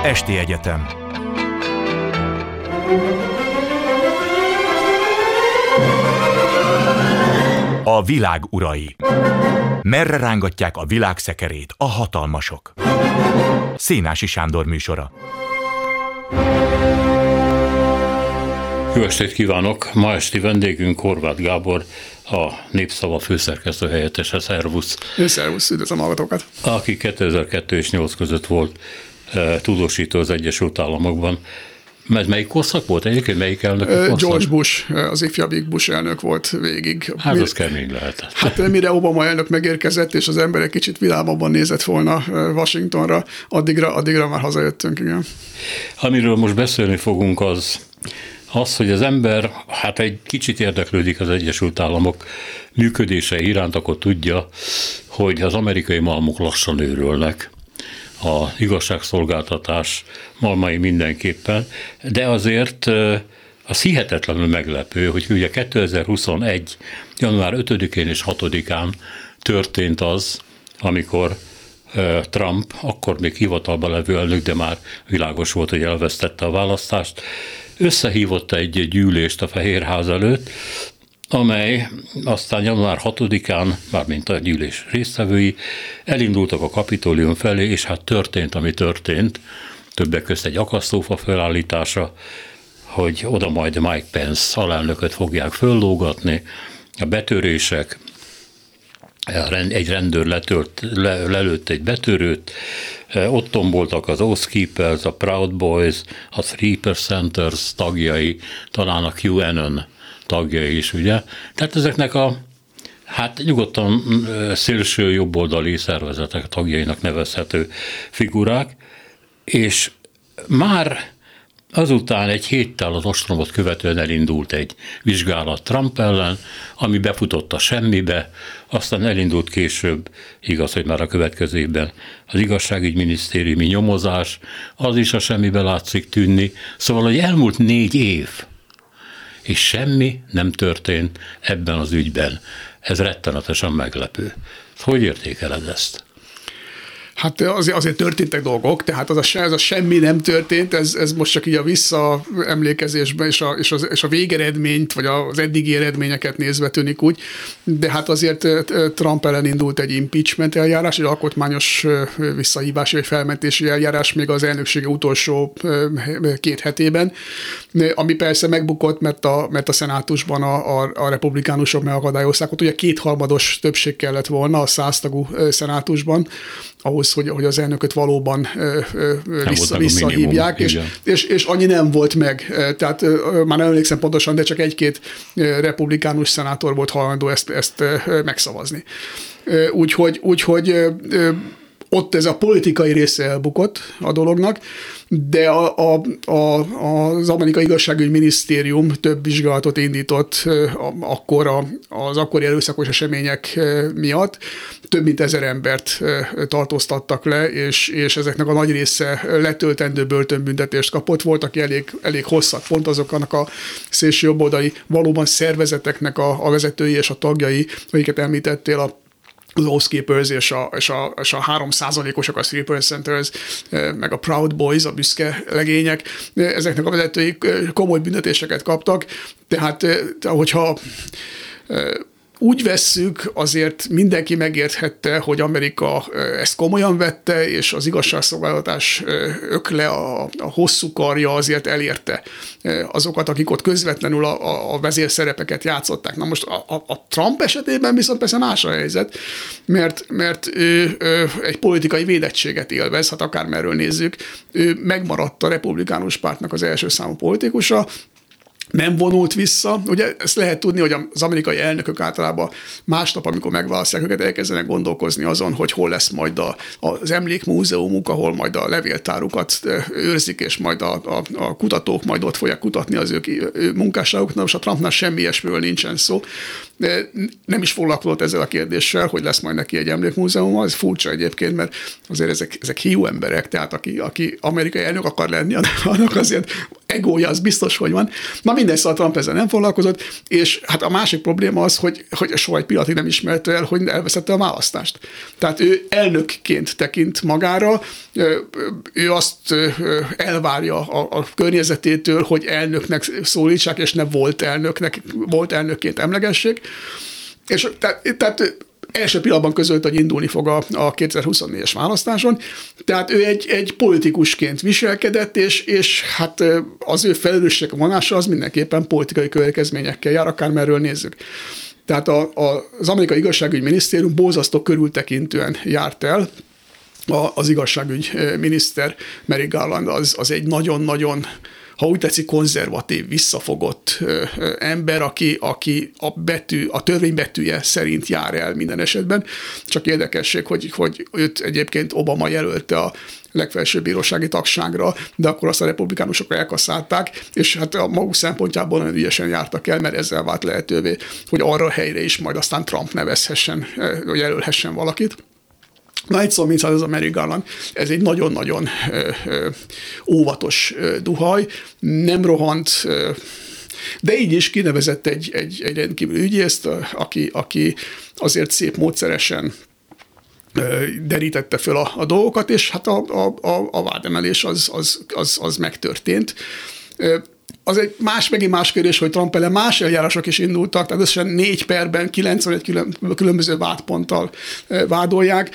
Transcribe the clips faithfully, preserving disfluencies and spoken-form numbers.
Esti Egyetem. A világ urai. Merre rángatják a világ szekerét a hatalmasok? Szénási Sándor műsora. Jó estét kívánok! Ma esti vendégünk Horváth Gábor, a Népszava főszerkesztő helyettese. Szervusz! Szervusz, üdvözlöm a hallgatókat! Aki kétezer-kettő és nyolc között volt uh, tudósító az Egyesült Államokban. Mert melyik korszak volt? Egyébként melyik elnök korszak? George Bush, az ifjabbik Bush elnök volt végig. Hát az kemény lehetett. Hát mire Obama elnök megérkezett, és az ember egy kicsit világban nézett volna Washingtonra, addigra, addigra már hazajöttünk, igen. Amiről most beszélni fogunk, az az, hogy az ember hát egy kicsit érdeklődik az Egyesült Államok működése iránt, akkor tudja, hogy az amerikai malmok lassan őrölnek. A igazságszolgáltatás malmai mindenképpen, de azért az hihetetlenül meglepő, hogy ugye kétezer-huszonegy. január ötödikén és hatodikán történt az, amikor Trump, akkor még hivatalban levő elnök, de már világos volt, hogy elvesztette a választást, összehívott egy gyűlést a Fehérház előtt, amely aztán január hatodikán, mármint a gyűlés résztvevői, elindultak a Kapitolium felé, és hát történt, ami történt, többek közt egy akasztófa felállítása, hogy oda majd Mike Pence alelnököt fogják föllógatni, a betörések, egy rendőr letölt, le, lelőtt egy betörőt, ott tomboltak az Oath Keepers, a Proud Boys, a Three Percenters tagjai, talán a QAnon tagjai is, ugye? Tehát ezeknek a, hát nyugodtan szélső jobboldali szervezetek tagjainak nevezhető figurák, és már azután egy héttel az ostromot követően elindult egy vizsgálat Trump ellen, ami befutott a semmibe, aztán elindult később, igaz, hogy már a következő évben az igazságügyminisztériumi nyomozás, az is a semmibe látszik tűnni, szóval, hogy elmúlt négy év, és semmi nem történt ebben az ügyben. Ez rettenetesen meglepő. Hogy értékeled ezt? Hát azért, azért történtek dolgok, tehát az a, ez a semmi nem történt, ez, ez most csak így a visszaemlékezésben és a, és, az, és a végeredményt, vagy az eddigi eredményeket nézve tűnik úgy, de hát azért Trump ellen indult egy impeachment eljárás, egy alkotmányos visszahívási vagy felmentési eljárás még az elnöksége utolsó két hetében, ami persze megbukott, mert a, mert a szenátusban a, a, a republikánusok megakadályozták, ott ugye kétharmados többség kellett volna a száztagú szenátusban, ahhoz, hogy, hogy az elnököt valóban ö, ö, vissza, visszahívják, és, és, és annyi nem volt meg. Tehát ö, már nem emlékszem pontosan, de csak egy-két republikánus szenátor volt hajlandó ezt, ezt ö, megszavazni. Úgyhogy úgy, úgy, ott ez a politikai része elbukott a dolognak, de a, a, a, az amerikai igazságügyminisztérium több vizsgálatot indított akkor a, az akkori erőszakos események miatt. Több mint ezer embert tartóztattak le, és, és ezeknek a nagy része letöltendő börtönbüntetést kapott. Voltak aki elég, elég hosszak, pont azoknak a szélső jobboldali valóban szervezeteknek a, a vezetői és a tagjai, amiket említettél, a az Oath Keepers és a, és a, és a három százalékosok, a Three Percenters, meg a Proud Boys, a büszke legények, ezeknek a vezetői komoly büntetéseket kaptak, tehát hogyha úgy vesszük, azért mindenki megérthette, hogy Amerika ezt komolyan vette, és az igazságszolgáltatás ökle, a, a hosszú karja azért elérte azokat, akik ott közvetlenül a, a vezérszerepeket játszották. Na most a, a, a Trump esetében viszont persze más a helyzet, mert, mert ő, ő egy politikai védettséget élvez, hát akármerről nézzük, ő megmaradt a republikánus pártnak az első számú politikusa, nem vonult vissza. Ugye ezt lehet tudni, hogy az amerikai elnökök általában másnap, amikor megválasztják őket, elkezdenek gondolkozni azon, hogy hol lesz majd a, az emlékmúzeumuk, ahol majd a levéltárukat őrzik, és majd a, a, a kutatók majd ott fogják kutatni az ő, ő munkásságuk. Na most a Trumpnál semmi ilyesmiről nincsen szó. nem is foglalkozott ezzel a kérdéssel, hogy lesz majd neki egy emlékmúzeum, ez furcsa egyébként, mert azért ezek, ezek hiú emberek, tehát aki, aki amerikai elnök akar lenni, annak azért egója, az biztos, hogy van. Na mindegy, szóval Trump ezzel nem foglalkozott, és hát a másik probléma az, hogy, hogy soha egy pillanatig nem ismerte el, hogy elveszette a választást. Tehát ő elnökként tekint magára, ő azt elvárja a, a környezetétől, hogy elnöknek szólítsák, és ne volt elnöknek, volt elnökként emlegessék. És tehát, tehát első pillanatban közölt, hogy indulni fog a, a kétezer-huszonnégyes választáson, tehát ő egy, egy politikusként viselkedett, és, és hát az ő felelősség vonása az mindenképpen politikai következményekkel jár, akármerről nézzük. Tehát a, a, az amerikai igazságügyi minisztérium borzasztó körültekintően járt el, a, az igazságügy miniszter Merrick Garland az, az egy nagyon-nagyon, ha úgy tetszik, konzervatív, visszafogott ö, ö, ember, aki, aki a, betű, a törvény betűje szerint jár el minden esetben. Csak érdekesség, hogy, hogy őt egyébként Obama jelölte a legfelsőbb bírósági tagságra, de akkor azt a republikánusok elkasszálták, és hát a maguk szempontjából nagyon ügyesen jártak el, mert ezzel vált lehetővé, hogy arra a helyre is majd aztán Trump nevezhessen, jelölhessen valakit. Na egy szó, mint ez a Merrick Garland, ez egy nagyon-nagyon ö, ö, óvatos ö, duhaj, nem rohant, ö, de így is kinevezett egy, egy, egy rendkívül ügyészt, aki, aki azért szép módszeresen ö, derítette föl a, a dolgokat, és hát a, a, a, a vádemelés az, az, az, az megtörtént. Ö, Az egy más, megint más kérdés, hogy Trump ellen más eljárások is indultak, tehát összesen négy perben kilencvenegy különböző vádponttal vádolják.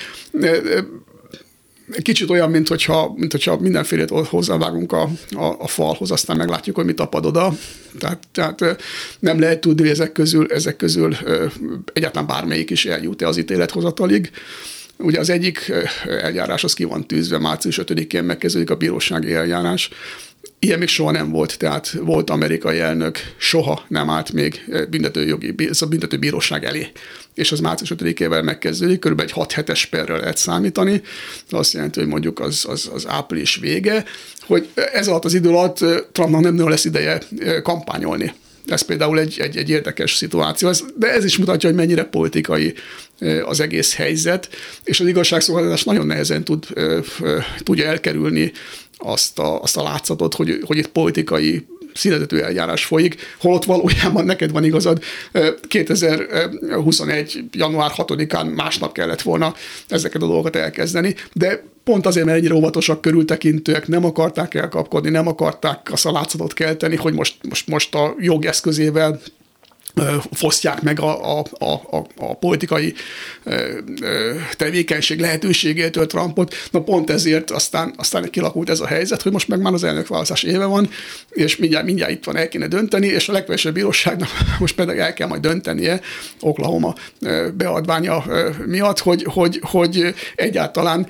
Kicsit olyan, mint hogyha, mint hogyha mindenfélét hozzávágunk a, a, a falhoz, aztán meglátjuk, hogy mi tapad oda. Tehát, tehát nem lehet tudni, hogy ezek közül, ezek közül egyáltalán bármelyik is eljut-e az ítélethozatalig. Ugye az egyik eljárás az ki van tűzve, március ötödikén megkezdődik a bírósági eljárás. Ilyen még soha nem volt, tehát volt amerikai elnök, soha nem állt még büntetőjogi, a büntetőbíróság elé, és az március ötödikével megkezdődik, körülbelül egy hat hetes perre lehet számítani, azt jelenti, hogy mondjuk az, az, az április vége, hogy ez alatt az idő alatt Trumpnak nem lesz ideje kampányolni. Ez például egy, egy, egy érdekes szituáció, ez, de ez is mutatja, hogy mennyire politikai az egész helyzet, és az igazságszolgáltatás nagyon nehezen tud, tudja elkerülni azt a, azt a látszatot, hogy, hogy itt politikai színezető eljárás folyik, holott valójában neked van igazad, kétezer-huszonegy. január hatodikán másnap kellett volna ezeket a dolgokat elkezdeni, de pont azért, mert ennyire óvatosak, körültekintőek, nem akarták elkapkodni, nem akarták azt a látszatot kelteni, hogy most, most, most a jog eszközével fosztják meg a, a, a, a politikai tevékenység lehetőségétől Trumpot. Na pont ezért aztán, aztán kilakult ez a helyzet, hogy most meg már az elnökválasztás éve van, és mindjárt, mindjárt itt van, el kéne dönteni, és a legfelsőbb bíróságnak most pedig el kell majd döntenie Oklahoma beadványa miatt, hogy, hogy, hogy egyáltalán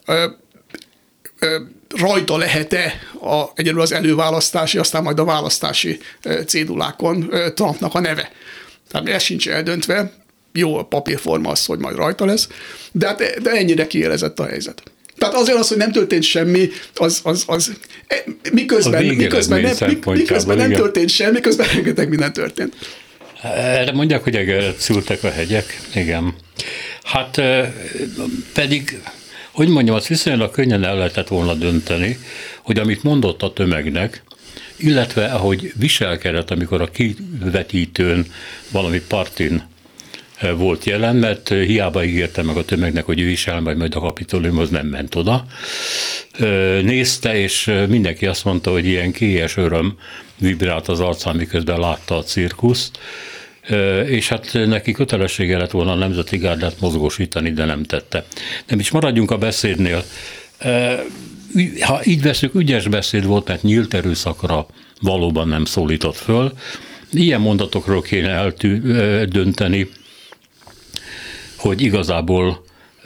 rajta lehet-e a, egyelőre az előválasztási, aztán majd a választási cédulákon Trumpnak a neve. Tehát ez sincs eldöntve, jó a papírforma az, hogy majd rajta lesz, de, hát, de ennyire kiélezett a helyzet. Tehát azért az, hogy nem történt semmi, az, az, az miközben, miközben, nem, miközben nem történt semmi, miközben rengeteg minden történt. Erre mondják, hogy egeret szültek a hegyek, igen. Hát pedig, hogy mondjam, azt viszonylag könnyen el lehetett volna dönteni, hogy amit mondott a tömegnek, illetve ahogy viselkedett, amikor a kivetítőn valami partin volt jelen, mert hiába ígérte meg a tömegnek, hogy ő visel, majd majd a Kapitoliumhoz nem ment oda. Nézte, és mindenki azt mondta, hogy ilyen kélyes öröm vibrált az arcán, miközben látta a cirkuszt, és hát neki kötelessége lett volna a Nemzeti Gárdát mozgósítani, de nem tette. Nem is maradjunk a beszédnél. Ha így veszük, ügyes beszéd volt, mert nyílt erőszakra valóban nem szólított föl. Ilyen mondatokról kéne eldönteni, hogy igazából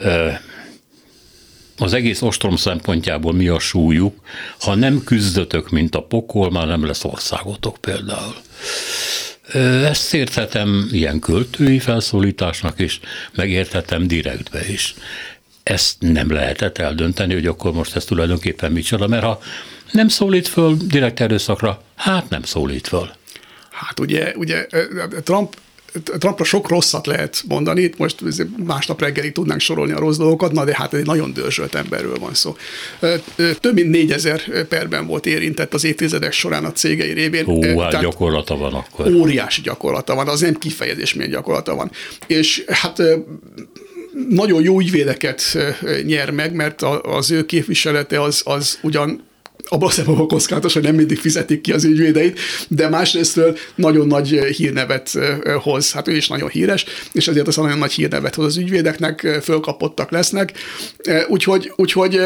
az egész ostrom szempontjából mi a súlyuk. Ha nem küzdötök, mint a pokol, már nem lesz országotok például. Ezt érthetem ilyen költői felszólításnak is, megérthetem direktbe is. Ezt nem lehetett eldönteni, hogy akkor most ez tulajdonképpen micsoda, mert ha nem szólít föl direkt erőszakra, hát nem szólít föl. Hát ugye, ugye Trump Trumpra sok rosszat lehet mondani, itt most másnap reggelig tudnánk sorolni a rossz dolgokat, na de hát egy nagyon dörzsölt emberről van szó. Több mint négyezer perben volt érintett az évtizedek során a cégei révén. Ó, hát gyakorlata van akkor. Óriási gyakorlata van, az nem kifejezés, milyen gyakorlata van. És hát nagyon jó ügyvédeket nyer meg, mert az ő képviselete az, az ugyan abban a szemben kockázatos, hogy nem mindig fizetik ki az ügyvédeit, de másrésztről nagyon nagy hírnevet hoz. Hát ő is nagyon híres, és ezért az nagyon nagy hírnevet hoz az ügyvédeknek, fölkapottak lesznek. Úgyhogy, úgyhogy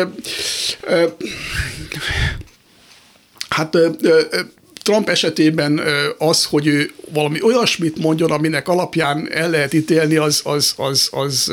hát Trump esetében az, hogy ő valami olyasmit mondjon, aminek alapján el lehet ítélni, az, az, az, az,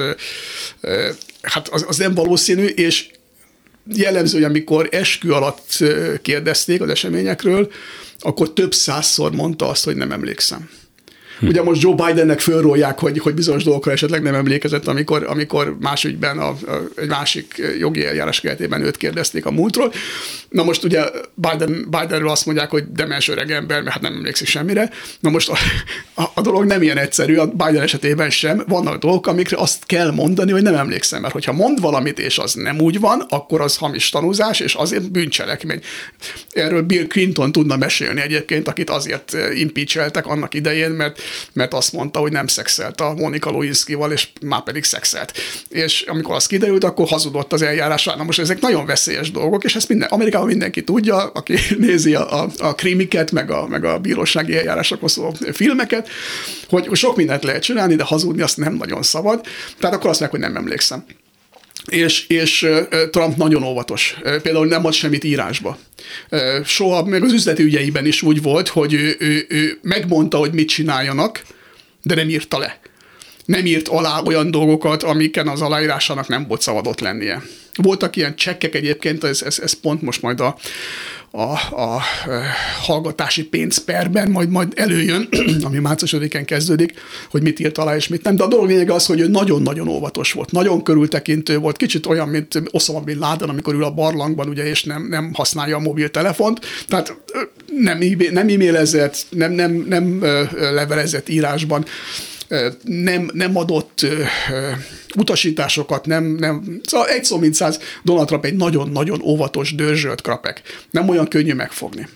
hát az, az nem valószínű, és jellemző, hogy amikor eskü alatt kérdezték az eseményekről, akkor több százszor mondta azt, hogy nem emlékszem. Hm. Ugye most Joe Bidennek fölrólják, hogy, hogy bizonyos dolgokra esetleg nem emlékezett, amikor, amikor más ügyben a, a, egy másik jogi eljárás keretében őt kérdezték a múltról. Na most ugye Biden, Bidenről azt mondják, hogy demens öreg ember, mert hát nem emlékszik semmire. Na most a, a, a dolog nem ilyen egyszerű, a Biden esetében sem. Vannak dolgok, amikre azt kell mondani, hogy nem emlékszem, mert hogyha mond valamit, és az nem úgy van, akkor az hamis tanúzás, és azért bűncselekmény. Erről Bill Clinton tudna mesélni egyébként, akit azért impeacheltek annak idején, mert mert azt mondta, hogy nem szexelt a Monica Lewinskyval, és már pedig szexelt. És amikor az kiderült, akkor hazudott az eljárásra. Na most ezek nagyon veszélyes dolgok, és ezt minden, Amerikában mindenki tudja, aki nézi a, a, a krimiket, meg a, meg a bírósági eljárásokhoz szóló filmeket, hogy sok mindent lehet csinálni, de hazudni azt nem nagyon szabad. Tehát akkor azt mondják, hogy nem emlékszem. És, és Trump nagyon óvatos. Például nem ad semmit írásba. Soha, meg az üzleti ügyeiben is úgy volt, hogy ő, ő, ő megmondta, hogy mit csináljanak, de nem írta le. Nem írt alá olyan dolgokat, amiken az aláírásának nem volt szabadott lennie. Voltak ilyen csekkek egyébként, ez, ez, ez pont most majd a, a, a hallgatási pénzperben majd, majd előjön, ami március ötödikén kezdődik, hogy mit írt alá és mit nem. De a dolog lényege az, hogy ő nagyon-nagyon óvatos volt, nagyon körültekintő volt, kicsit olyan, mint Osama Bin Laden, amikor ül a barlangban, ugye, és nem, nem használja a mobiltelefont. Tehát nem, nem e-mailezett, nem, nem, nem levelezett írásban, nem, nem adott uh, utasításokat, nem, nem, szóval egy szó mint száz, Donald Trump egy nagyon-nagyon óvatos, dörzsölt krapek. Nem olyan könnyű megfogni.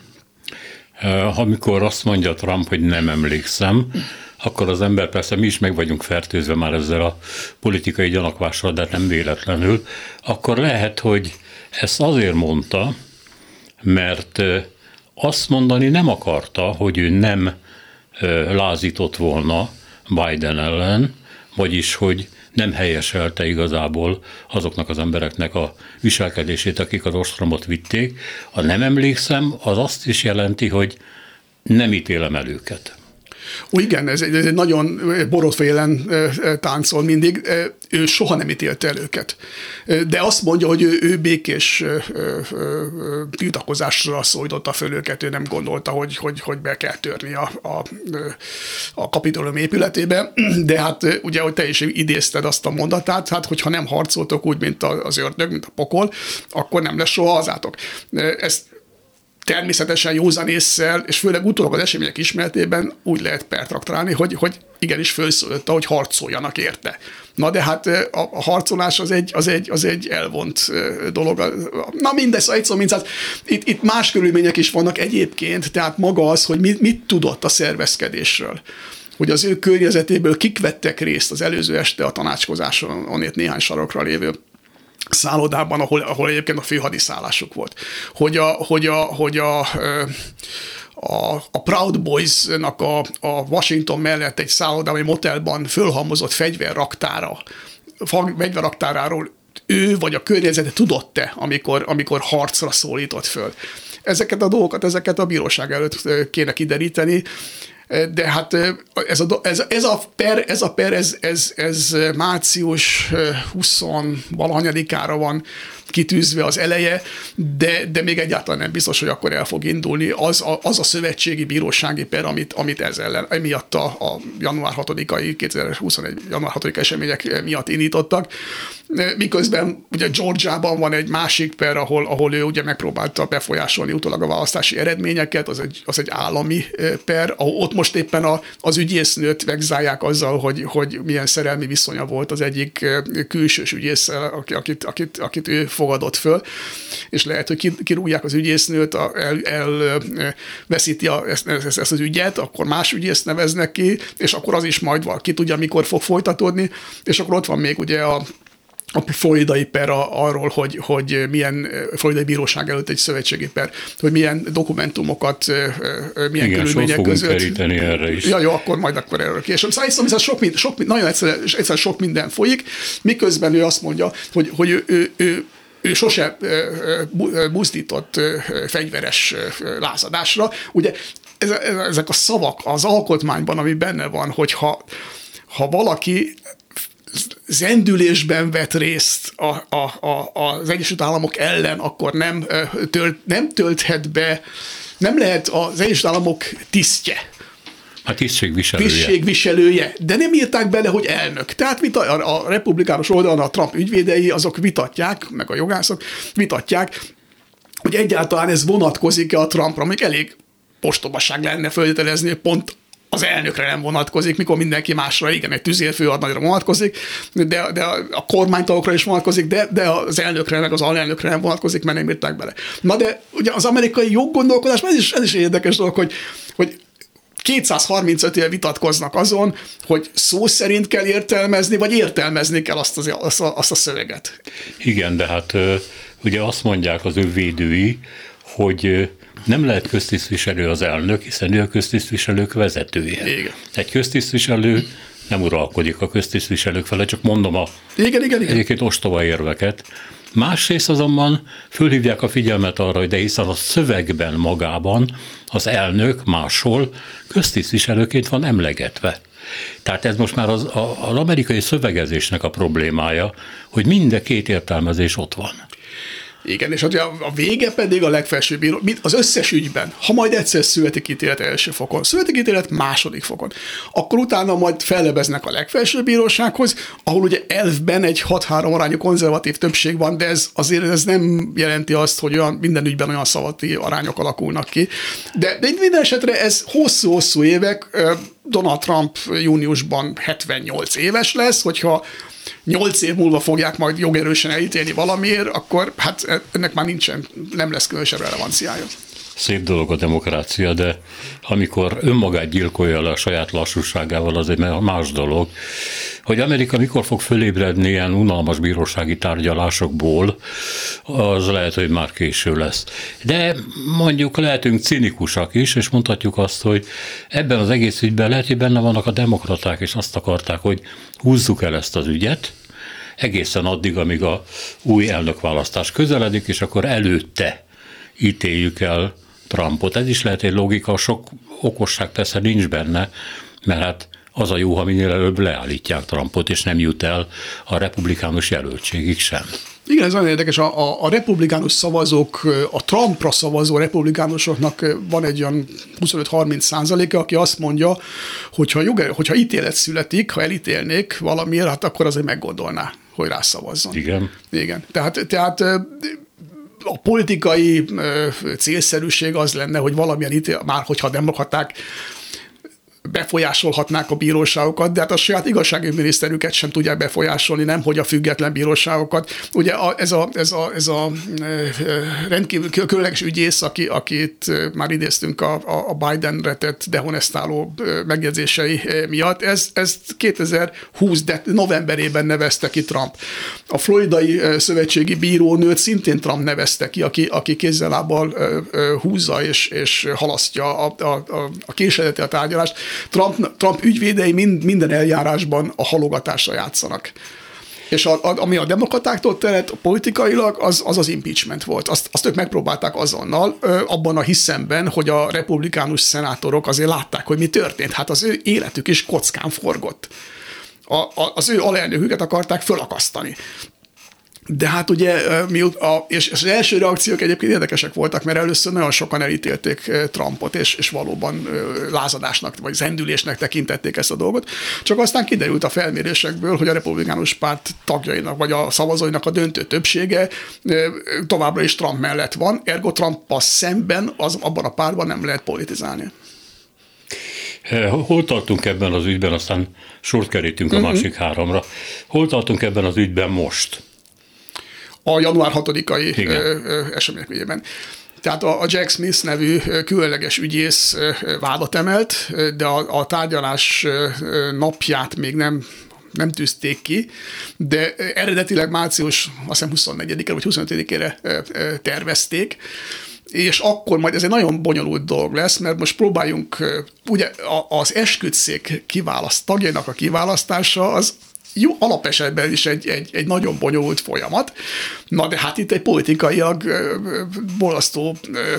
Amikor azt mondja Trump, hogy nem emlékszem, akkor az ember, persze mi is meg vagyunk fertőzve már ezzel a politikai gyanakvással, de nem véletlenül, akkor lehet, hogy ezt azért mondta, mert azt mondani nem akarta, hogy ő nem lázított volna Biden ellen, vagyis, hogy nem helyeselte igazából azoknak az embereknek a viselkedését, akik az ostromot vitték. A nem emlékszem, az azt is jelenti, hogy nem ítélem el őket. Ó, igen, ez egy, ez egy nagyon borotfélen táncol mindig, ő soha nem ítélte el őket. De azt mondja, hogy ő, ő békés tiltakozásra szólította föl őket, ő nem gondolta, hogy, hogy, hogy be kell törni a, a, a Kapitolium épületébe, de hát ugye, hogy te is idézted azt a mondatát, hát hogyha nem harcoltok úgy, mint az ördög, mint a pokol, akkor nem lesz soha hazátok. Ezt természetesen józan ésszel, és főleg utólag az események ismeretében úgy lehet pertraktálni, hogy, hogy igenis felszólította, hogy harcoljanak érte. Na de hát a, a harcolás az egy, az, egy, az egy elvont dolog. Na mindez, egy szó, mint itt, itt más körülmények is vannak egyébként, tehát maga az, hogy mit, mit tudott a szervezkedésről. Hogy az ő környezetéből kik vettek részt az előző este a tanácskozáson, onnét néhány sarokra lévő szállodában, ahol, ahol egyébként a főhadiszállásuk volt. Hogy a, hogy a, hogy a, a, a Proud Boys-nak a, a Washington mellett egy szállodában, egy motelban fölhalmozott fegyverraktára, fegyverraktáráról ő vagy a környezete tudott-e, amikor, amikor harcra szólított föl. Ezeket a dolgokat, ezeket a bíróság előtt kéne kideríteni, de hát ez a, ez, ez a per, ez, a per ez, ez, ez március huszonvalahanyadikára van, kitűzve az eleje, de, de még egyáltalán nem biztos, hogy akkor el fog indulni az a, az a szövetségi bírósági per, amit, amit ez ellen, emiatt a, a január hatodikai, kétezer-huszonegy január hatodikai események miatt indítottak. Miközben ugye Georgiában van egy másik per, ahol, ahol ő ugye megpróbálta befolyásolni utólag a választási eredményeket, az egy, az egy állami per, ahol ott most éppen a, az ügyésznőt vegzálják azzal, hogy, hogy milyen szerelmi viszonya volt az egyik külsős ügyésszel, akit, akit, akit ő fogadott föl, és lehet, hogy kirúgják az ügyésznőt, elveszíti el, ezt, ezt, ezt az ügyet, akkor más ügyészt neveznek ki, és akkor az is majd valaki tudja, mikor fog folytatódni, és akkor ott van még ugye a a floridai per arról, hogy, hogy milyen floridai bíróság előtt egy szövetségi per, hogy milyen dokumentumokat, milyen igen, körülmények között. keríteni erre is. Ja, jó, akkor majd akkor erről később. Szóval hiszem, sok, sok, nagyon egyszer, egyszer sok minden folyik, miközben ő azt mondja, hogy, hogy ő, ő, ő ő sose buzdított fegyveres lázadásra. Ugye ezek a szavak az alkotmányban, ami benne van, hogyha ha valaki zendülésben vett részt a, a, a, az Egyesült Államok ellen, akkor nem, tölt, nem tölthet be, nem lehet az Egyesült Államok tisztje. A tisztségviselője. Tisztségviselője, de nem írták bele, hogy elnök. Tehát vita, a, a republikánus oldalon a Trump ügyvédei, azok vitatják, meg a jogászok vitatják, hogy egyáltalán ez vonatkozik-e a Trumpra, még elég ostobaság lenne föltételezni, hogy pont az elnökre nem vonatkozik, mikor mindenki másra, igen, egy tüzérfőadnagyra vonatkozik, de, de a kormánytagokra is vonatkozik, de, de az elnökre, meg az alelnökre nem vonatkozik, mert nem írták bele. Na de ugye az amerikai joggondolkodásban ez is, ez is érdekes dolog, hogy, hogy kétszázharmincöt éve vitatkoznak azon, hogy szó szerint kell értelmezni, vagy értelmezni kell azt, az, azt, a, azt a szöveget. Igen, de hát ugye azt mondják az ő védői, hogy nem lehet köztisztviselő az elnök, hiszen ő a köztisztviselők vezetője. Igen. Egy köztisztviselő nem uralkodik a köztisztviselők fele, csak mondom a igen, igen, igen. egyébként ostoba érveket. Másrészt azonban fölhívják a figyelmet arra, hogy de hiszen a szövegben magában az elnök máshol köztisztviselőként van emlegetve. Tehát ez most már az, az amerikai szövegezésnek a problémája, hogy mind a két értelmezés ott van. Igen, és a vége pedig a legfelsőbb bíró, az összes ügyben, ha majd egyszer születik ítélet első fokon, születik ítélet második fokon, akkor utána majd fellebeznek a legfelsőbb bírósághoz, ahol ugye elfben egy hat-három arányú konzervatív többség van, de ez azért ez nem jelenti azt, hogy olyan, minden ügyben olyan szavati arányok alakulnak ki. De, de minden esetre ez hosszú-hosszú évek, Donald Trump júniusban hetvennyolc éves lesz, hogyha nyolc év múlva fogják majd jogerősen elítélni valamiért, akkor hát ennek már nincsen, nem lesz különösebb relevanciája. Szép dolog a demokrácia, de amikor önmagát gyilkolja le a saját lassúságával, az egy más dolog. Hogy Amerika mikor fog fölébredni ilyen unalmas bírósági tárgyalásokból, az lehet, hogy már késő lesz. De mondjuk lehetünk cinikusak is, és mondhatjuk azt, hogy ebben az egész ügyben lehet, hogy benne vannak a demokraták, és azt akarták, hogy húzzuk el ezt az ügyet, egészen addig, amíg a új elnökválasztás közeledik, és akkor előtte ítéljük el Trumpot. Ez is lehet egy logika, sok okosság persze nincs benne, mert hát az a jó, ha minél előbb leállítják Trumpot, és nem jut el a republikánus jelöltségig sem. Igen, ez nagyon érdekes. A, a, a republikánus szavazók, a Trumpra szavazó republikánusoknak van egy olyan huszonöt-harminc százaléka, aki azt mondja, hogy ha, joger, hogyha ítélet születik, ha elítélnék valamiért, hát akkor azért meggondolná, hogy rászavazzon. Igen. Igen. Tehát, tehát a politikai célszerűség az lenne, hogy valamilyen ítélet, már hogyha demokraták befolyásolhatnák a bíróságokat, de hát a saját igazságügyi miniszterüket sem tudják befolyásolni, nem hogy a független bíróságokat. Ugye a, ez, a, ez, a, ez a rendkívül különleges ügyész, aki, akit már idéztünk a, a Bidenre tett dehonestáló megjegyzései miatt, ez, ezt kétezer-húsz de novemberében nevezte ki Trump. A floridai szövetségi bírónőt szintén Trump nevezte ki, aki, aki kézzel-lábbal húzza és, és halasztja a, a, a, a késlelteti a tárgyalást. Trump, Trump ügyvédei mind, minden eljárásban a halogatásra játszanak. És a, a, ami a demokratáktól terett politikailag, az az, az impeachment volt. Azt, azt ők megpróbálták azonnal, ö, abban a hiszemben, hogy a republikánus szenátorok azért látták, hogy mi történt. Hát az ő életük is kockán forgott. A, a, az ő alelnöküket akarták fölakasztani. De hát ugye, mi, a, és az első reakciók egyébként érdekesek voltak, mert először nagyon sokan elítélték Trumpot, és, és valóban lázadásnak vagy zendülésnek tekintették ezt a dolgot. Csak aztán kiderült a felmérésekből, hogy a republikánus párt tagjainak, vagy a szavazóinak a döntő többsége továbbra is Trump mellett van, ergo Trumpal szemben az, abban a pártban nem lehet politizálni. Hol tartunk ebben az ügyben, aztán sort kerítünk a uh-huh. másik háromra. Hol tartunk ebben az ügyben most? A január hatodikai események ügyében. Tehát a Jack Smith nevű különleges ügyész vádat emelt, de a, a tárgyalás napját még nem nem tűzték ki, de eredetileg március azt hiszem huszonnegyedikére vagy huszonötödikére tervezték, és akkor majd ez egy nagyon bonyolult dolog lesz, mert most próbáljunk, ugye az esküdtszék kiválaszt, tagjainak a kiválasztása az jó, alapesetben is egy, egy, egy nagyon bonyolult folyamat. Na de hát itt egy politikailag borzasztó,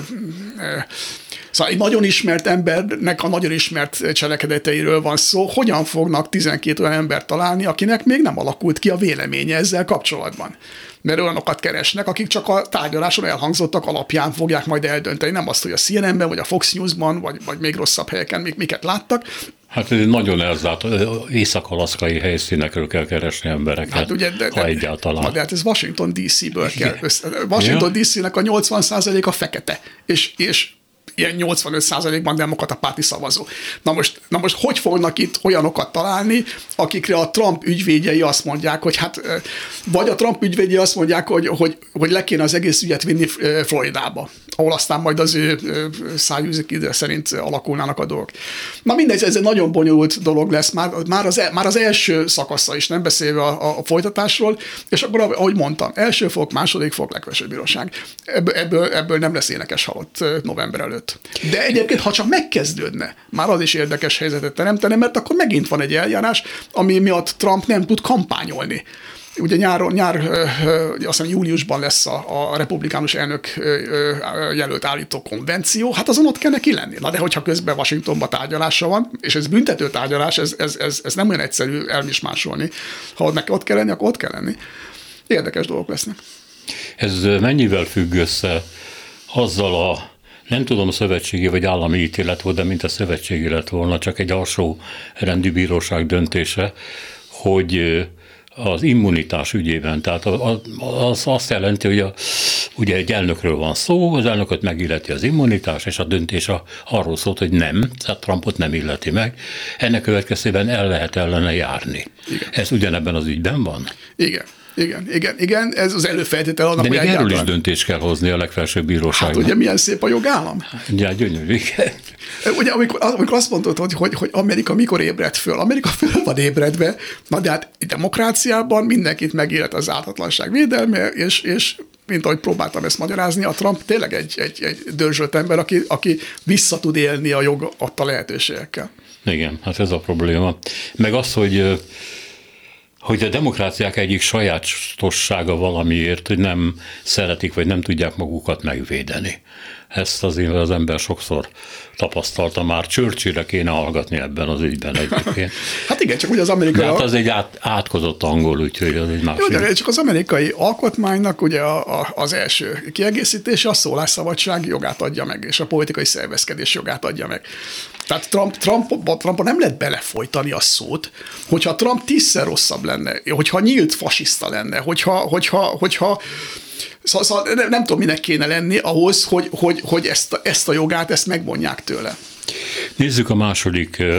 szóval egy nagyon ismert embernek a nagyon ismert cselekedeteiről van szó. Hogyan fognak tizenkét olyan embert találni, akinek még nem alakult ki a véleménye ezzel kapcsolatban? Mert olyanokat keresnek, akik csak a tárgyaláson elhangzottak alapján fogják majd eldönteni. Nem azt, hogy a C N N-ben, vagy a Fox News-ban, vagy, vagy még rosszabb helyeken még miket láttak. Hát ez nagyon elzárt, észak-alaszkai helyszínekről kell keresni embereket, hát ugye, de, ha egyáltalán. De hát ez Washington dé cé-ből kell. Washington ja. dé cé-nek a nyolcvan százaléka fekete, és, és ilyen nyolcvanöt százalékban demokrata párti szavazó. Na most, na most hogy fognak itt olyanokat találni, akikre a Trump ügyvédjei azt mondják, hogy hát, vagy a Trump ügyvédjei azt mondják, hogy, hogy, hogy le kéne az egész ügyet vinni Floridába, ahol aztán majd az ő szájűzik ide szerint alakulnának a dolgok. Na mindegy, ez egy nagyon bonyolult dolog lesz, már, már, az, már az első szakasza is, nem beszélve a, a folytatásról, és akkor, ahogy mondtam, első fok, második fok, legfelsőbb bíróság. Ebből, ebből, ebből nem lesz énekes halott november előtt. De egyébként, ha csak megkezdődne, már az is érdekes helyzetet teremtene, mert akkor megint van egy eljárás, ami miatt Trump nem tud kampányolni. Ugye nyáron, nyár, azt hiszem júliusban lesz a, a republikánus elnök jelölt állító konvenció, hát azon ott kell neki lenni. Na de hogyha közben Washingtonban tárgyalása van, és ez büntető tárgyalás, ez, ez, ez, ez nem olyan egyszerű elmismásolni. Ha neki ott kell lenni, akkor ott kell lenni. Érdekes dolgok lesznek. Ez mennyivel függ össze azzal a nem tudom, szövetségi vagy állami ítélet volt, de mint a szövetségi lett volna, csak egy alsó rendi bíróság döntése, hogy az immunitás ügyében, tehát az azt jelenti, hogy a, ugye egy elnökről van szó, az elnököt megilleti az immunitás, és a döntés arról szólt, hogy nem, tehát Trumpot nem illeti meg, ennek következtében el lehet ellene járni. Igen. Ez ugyanebben az ügyben van? Igen. Igen, igen, igen, ez az előfeltétel annak, de még egyáltalán... erről is döntést kell hozni a legfelsőbb bíróságnak. Hát ugye milyen szép a jogállam? Ugye, gyönyörű. Ugye amikor, amikor azt mondtad, hogy, hogy, hogy Amerika mikor ébredt föl, Amerika föl van ébredve, na de hát a demokráciában mindenkit megillet az ártatlanság védelme, és, és mint ahogy próbáltam ezt magyarázni, a Trump tényleg egy, egy, egy dörzsölt ember, aki, aki vissza tud élni a jog adta lehetőségekkel. Igen, hát ez a probléma. Meg az, hogy hogy a demokráciák egyik sajátossága valamiért, hogy nem szeretik, vagy nem tudják magukat megvédeni. Ezt azért az ember sokszor tapasztalta már. Churchillre kéne hallgatni ebben az ügyben egyébként. Hát igen, csak ugye az amerikai... De hát az egy át, átkozott angol, úgyhogy az egy másik. Jó, de csak az amerikai alkotmánynak ugye a, a, az első kiegészítése a szólásszabadság jogát adja meg, és a politikai szervezkedés jogát adja meg. Tehát Trump, Trump, Trumpon nem lehet belefolytani a szót, hogyha Trump tízszer rosszabb lenne, hogyha nyílt fasiszta lenne, hogyha, hogyha, hogyha Szóval, szóval nem, nem tudom, minek kéne lenni ahhoz, hogy, hogy, hogy ezt, a, ezt a jogát, ezt megvonják tőle. Nézzük a második ö,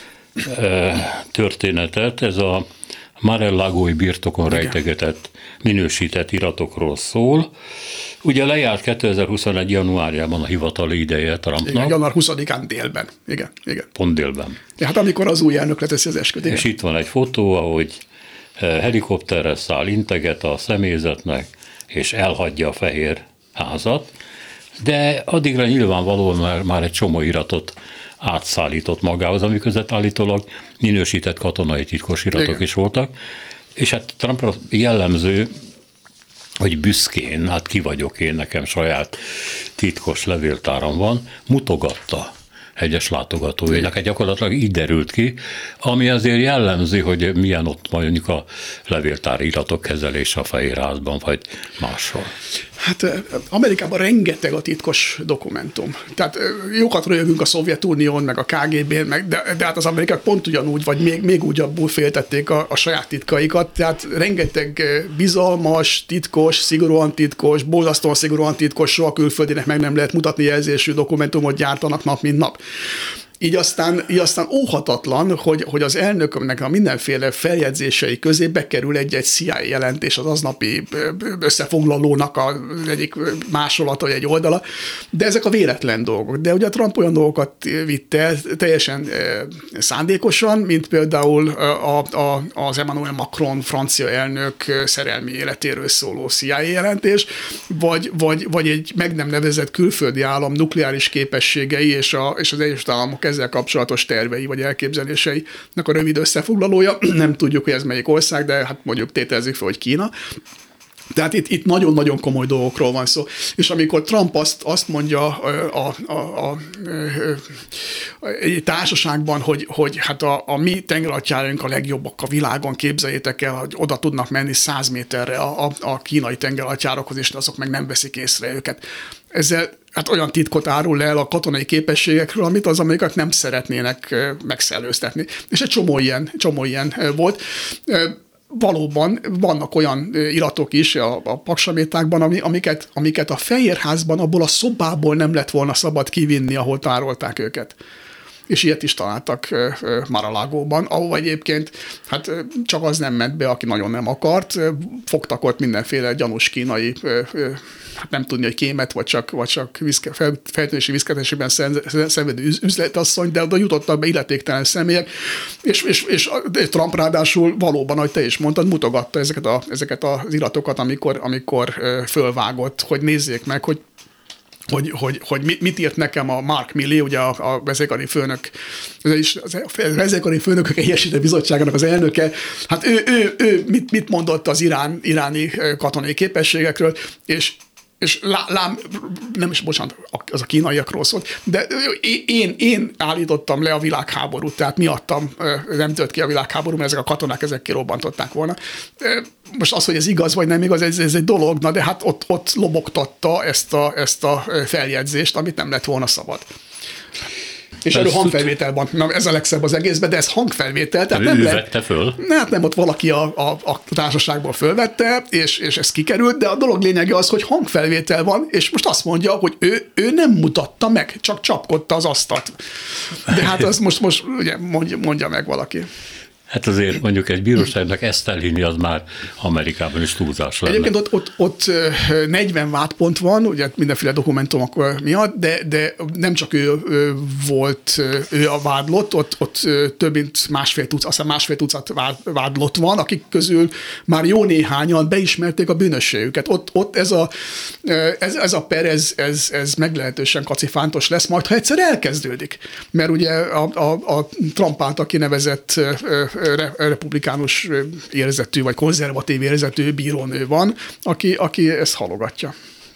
ö, történetet. Ez a Mar-a-Lagói birtokon igen. rejtegetett, minősített iratokról szól. Ugye lejárt kétezer-huszonegy. januárjában a hivatali ideje Trumpnak. Igen, január huszadikán délben. Igen, igen. Pont délben. Ja, hát amikor az új elnök leteszi az esküt. És itt van egy fotó, ahogy helikopterre száll, integet a személyzetnek, és elhagyja a Fehér Házat, de addigra nyilvánvalóan már, már egy csomó iratot átszállított magához, ami között állítólag minősített katonai titkos iratok igen. is voltak, és hát Trumpra jellemző, hogy büszkén, hát ki vagyok én, nekem saját titkos levéltáram van, mutogatta, egyes látogatóinak. Hát gyakorlatilag így derült ki, ami azért jellemzi, hogy milyen ott mondjuk a levéltári iratok kezelése a Fehérházban, vagy máshol. Hát Amerikában rengeteg a titkos dokumentum. Tehát jókat röhögünk a Szovjetunión, meg a ká gé bén, meg, de, de hát az amerikák pont ugyanúgy, vagy még, még úgyabbul féltették a, a saját titkaikat. Tehát rengeteg bizalmas, titkos, szigorúan titkos, borzasztóan szigorúan titkos, soha külföldinek meg nem lehet mutatni jelzésű dokumentumot gyártanak nap, mint nap. Így aztán, így aztán óhatatlan, hogy, hogy az elnöknek a mindenféle feljegyzései közé bekerül egy-egy cé i á jelentés, az aznapi összefoglalónak az egyik másolata, vagy egy oldala, de ezek a véletlen dolgok. De ugye Trump olyan dolgokat vitte teljesen szándékosan, mint például a, a, az Emmanuel Macron francia elnök szerelmi életéről szóló cé i á jelentés, vagy, vagy, vagy egy meg nem nevezett külföldi állam nukleáris képességei és, a, és az Egyesült Államok ezzel kapcsolatos tervei vagy elképzeléseinek a rövid összefoglalója. Nem tudjuk, hogy ez melyik ország, de hát mondjuk tételezzük fel, hogy Kína. Tehát itt, itt nagyon-nagyon komoly dolgokról van szó. És amikor Trump azt, azt mondja a, a, a, a, egy társaságban, hogy, hogy hát a, a mi tengeralattjáraink a legjobbak a világon, képzeljétek el, hogy oda tudnak menni száz méterre a, a, a kínai tengeralattjárokhoz, és azok meg nem veszik észre őket. Ezzel hát olyan titkot árul el a katonai képességekről, amit az amerikaiak nem szeretnének megszellőztetni. És egy csomó ilyen, csomó ilyen volt. Valóban vannak olyan iratok is a, a paksamétákban, ami, amiket, amiket a Fehérházban abból a szobából nem lett volna szabad kivinni, ahol tárolták őket. És ilyet is találtak Mar-a-Lagóban, ahol egyébként hát csak az nem ment be, aki nagyon nem akart. Fogtak ott mindenféle gyanús kínai, hát nem tudni, hogy kémet, vagy csak, vagy csak viszke, fel, feltűnési viszketésében szenvedő üzletasszony, de oda jutottak be illetéktelen személyek, és, és, és Trump ráadásul valóban, ahogy te is mondtad, mutogatta ezeket, a, ezeket az iratokat, amikor, amikor fölvágott, hogy nézzék meg, hogy Hogy, hogy, hogy mit írt nekem a Mark Milley, ugye a, a vezérkari főnök, a vezérkari főnökök egyesítő bizottságának az elnöke, hát ő, ő, ő mit, mit mondott az irán, iráni katonai képességekről, és és lá, lám, nem is, bocsánat, az a kínaiakról szólt, de én, én állítottam le a világháborút, tehát miattam nem tört ki a világháború, mert ezek a katonák ezek kirobbantották volna. Most az, hogy ez igaz vagy nem igaz, ez, ez egy dolog, na de hát ott, ott lobogtatta ezt a, ezt a feljegyzést, amit nem lett volna szabad. És erről hangfelvétel van. Na, ez a legszebb az egészben, de ez hangfelvétel. Tehát nem ő lehet, vette föl? Hát nem, ott valaki a, a, a társaságból fölvette, és, és ez kikerült, de a dolog lényege az, hogy hangfelvétel van, és most azt mondja, hogy ő, ő nem mutatta meg, csak csapkodta az asztalt. De hát azt most, most ugye mondja, mondja meg valaki. Hát azért mondjuk egy bíróságnak ezt elhinni, az már Amerikában is túlzás lenne. Egyébként ott, ott, ott negyven vádpont van, ugye mindenféle dokumentumok miatt, de, de nem csak ő, ő volt ő a vádlott, ott, ott több mint másfél tucat, aztán másfél tucat vádlott van, akik közül már jó néhányan beismerték a bűnösségüket. Ott, ott ez, a, ez, ez a per, ez, ez, ez meglehetősen kacifántos lesz, majd ha egyszer elkezdődik. Mert ugye a, a, a Trump által kinevezett republikánus érzetű, vagy konzervatív érzetű bírónő van, aki, aki ezt halogatja.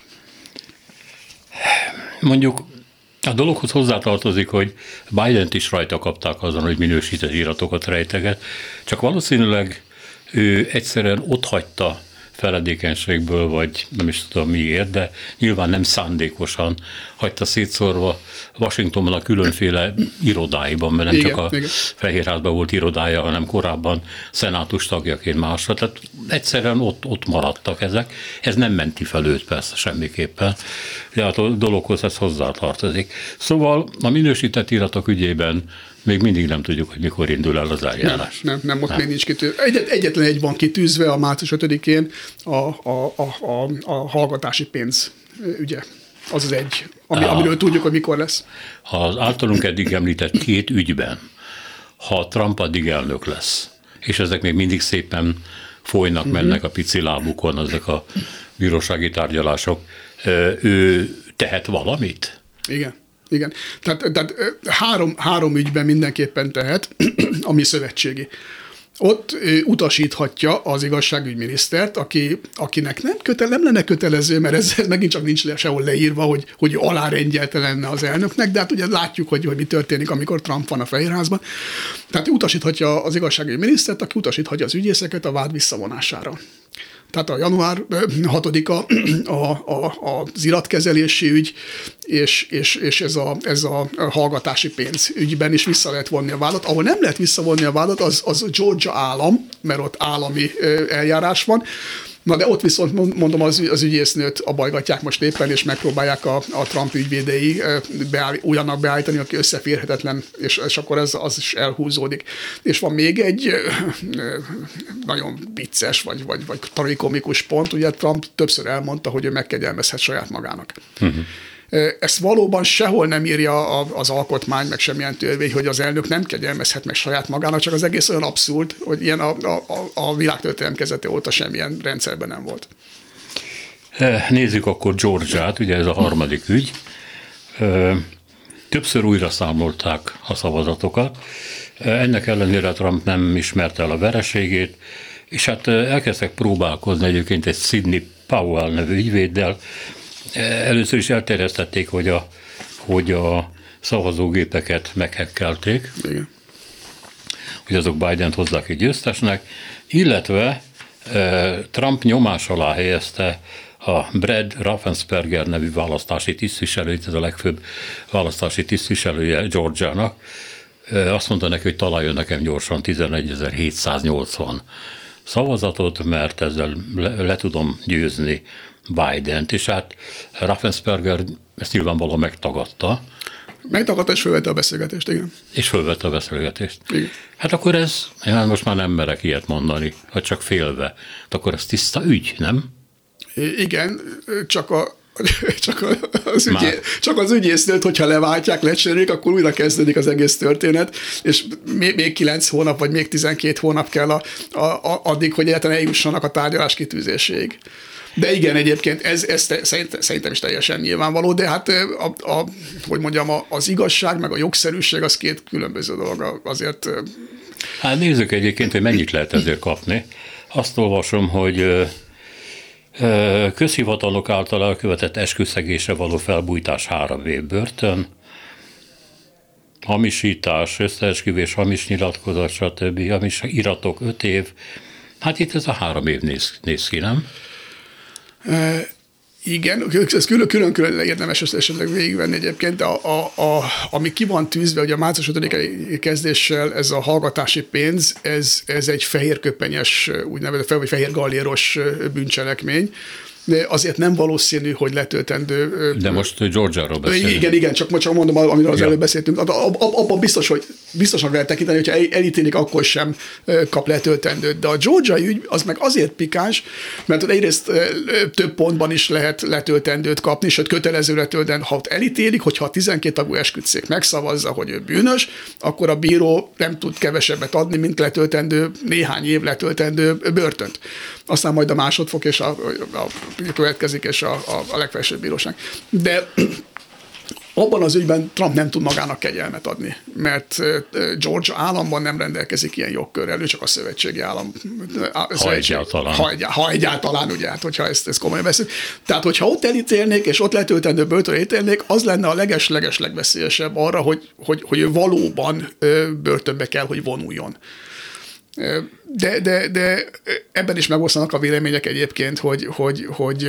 Mondjuk a dologhoz hozzátartozik, hogy Bident is rajta kapták azon, hogy minősített iratokat rejteget, csak valószínűleg ő egyszerűen otthagyta feledékenységből, vagy nem is tudom miért, de nyilván nem szándékosan hagyta szétszórva Washingtonban a különféle irodáiban, mert nem igen, csak a igen. Fehérházban volt irodája, hanem korábban szenátus tagjaként másra, tehát egyszerűen ott, ott maradtak ezek. Ez nem menti fel őt persze semmiképpen, de hát a dologhoz ez hozzátartozik. Szóval a minősített iratok ügyében még mindig nem tudjuk, hogy mikor indul el az eljárás. Nem, nem, nem ott nem. Még nincs kitűzve. Egyet, egyetlen egy van kitűzve a március ötödikén a, a, a, a, a hallgatási pénz ügye. Az az egy, ami, amiről tudjuk, hogy mikor lesz. Az általunk eddig említett két ügyben, ha Trump addig elnök lesz, és ezek még mindig szépen folynak, uh-huh. mennek a pici lábukon, ezek a bírósági tárgyalások, ő tehet valamit? Igen. Igen. Tehát, tehát három, három ügyben mindenképpen tehet, ami szövetségi. Ott utasíthatja az igazságügyminisztert, aki, akinek nem, kötele, nem lenne kötelező, mert ez, ez megint csak nincs sehol leírva, hogy, hogy alárendelte lenne az elnöknek, de hát ugye látjuk, hogy, hogy mi történik, amikor Trump van a Fehérházban. Tehát utasíthatja az igazságügyminisztert, aki utasíthatja az ügyészeket a vád visszavonására. Tehát a január hatodika a, a, az iratkezelési ügy, és, és, és ez, a, ez a hallgatási pénz ügyben is vissza lehet vonni a vádat. Ahol nem lehet visszavonni a vádat, az, az Georgia állam, mert ott állami eljárás van. Na de ott viszont mondom, az, az ügyésznőt abajgatják most éppen, és megpróbálják a, a Trump ügyvédei beáll, olyannak beállítani, aki összeférhetetlen, és, és akkor ez az is elhúzódik. És van még egy nagyon vicces, vagy, vagy, vagy tragikomikus pont, ugye Trump többször elmondta, hogy ő megkegyelmezhet saját magának. Uh-huh. Ezt valóban sehol nem írja az alkotmány, meg semmilyen törvény, hogy az elnök nem kegyelmezhet meg saját magának, csak az egész olyan abszurd, hogy ilyen a, a, a világtörténelem kezdete óta semmilyen rendszerben nem volt. Nézzük akkor Georgiát, ugye ez a harmadik ügy. Többször újra számolták a szavazatokat. Ennek ellenére Trump nem ismerte el a vereségét, és hát elkezdtek próbálkozni egyébként egy Sidney Powell nevű ügyvéddel. Először is elterjesztették, hogy a, hogy a szavazógépeket meghekkelték, igen, hogy azok Bident hozzák ki győztesnek, illetve Trump nyomás alá helyezte a Brad Raffensperger nevű választási tisztviselőt, ez a legfőbb választási tisztviselője Georgiának. Azt mondta neki, hogy találjon nekem gyorsan tizenegyezer-hétszáznyolcvan szavazatot, mert ezzel le, le tudom győzni Bident, és hát Raffensperger ezt nyilvánvalóan megtagadta. Megtagadta, és fölvette a beszélgetést, igen. És fölvette a beszélgetést. Igen. Hát akkor ez, én most már nem merek ilyet mondani, vagy csak félve. Hát akkor ez tiszta ügy, nem? Igen, csak a Csak az, ügyé, csak az ügyésznőt, hogyha leváltják, lecserélik, akkor újra kezdődik az egész történet, és még, még kilenc hónap, vagy még tizenkét hónap kell a, a, a, addig, hogy egyáltalán eljussanak a tárgyalás kitűzéséig. De igen, egyébként ez, ez szerint, szerintem is teljesen nyilvánvaló, de hát a, a, hogy mondjam, az igazság meg a jogszerűség az két különböző dolog azért. Hát nézzük egyébként, hogy mennyit lehet ezért kapni. Azt olvasom, hogy közhivatalok által elkövetett esküszegésre való felbújtás három év börtön, hamisítás, összeesküvés, hamis nyilatkozat, stb. Hamis iratok öt év. Hát itt ez a három év néz, néz ki, nem? E, igen, ez külön-külön érdemes esetleg végigvenni egyébként, a, a, a, ami ki van tűzve, hogy a március ötödikai kezdéssel ez a hallgatási pénz, ez, ez egy fehérköpenyes, úgynevezett vagy fehér galléros bűncselekmény, de azért nem valószínű, hogy letöltendő. De most Georgiáról beszélünk. Igen, igen, csak, csak mondom, amiről az ja. előbb beszéltünk. Abban biztos, hogy biztosan lehet tekinteni, hogyha elítélik, akkor sem kap letöltendőt. De a georgiai ügy az meg azért pikáns, mert egyrészt több pontban is lehet letöltendőt kapni, sőt kötelező letöltendőt. Ha ott elítélik, hogyha a tizenkét tagú esküdtszék megszavazza, hogy ő bűnös, akkor a bíró nem tud kevesebbet adni, mint letöltendő, néhány év letöltendő börtönt. Aztán majd a másodfok és a, a következik, és a, a, a legfelsőbb bíróság. De abban az ügyben Trump nem tud magának kegyelmet adni, mert Georgia államban nem rendelkezik ilyen jogkörrel, ő csak a szövetségi állam. Ha szövetség, egyáltalán. Ha, egy, ha egyáltalán, ugye, hát, hogyha ezt, ezt komolyan veszünk. Tehát, hogyha ott elítélnék, és ott letöltendő börtönre ítélnék, az lenne a leges-leges legveszélyesebb arra, hogy, hogy, hogy ő valóban börtönbe kell, hogy vonuljon. De, de, de ebben is megosztanak a vélemények egyébként, hogy, hogy, hogy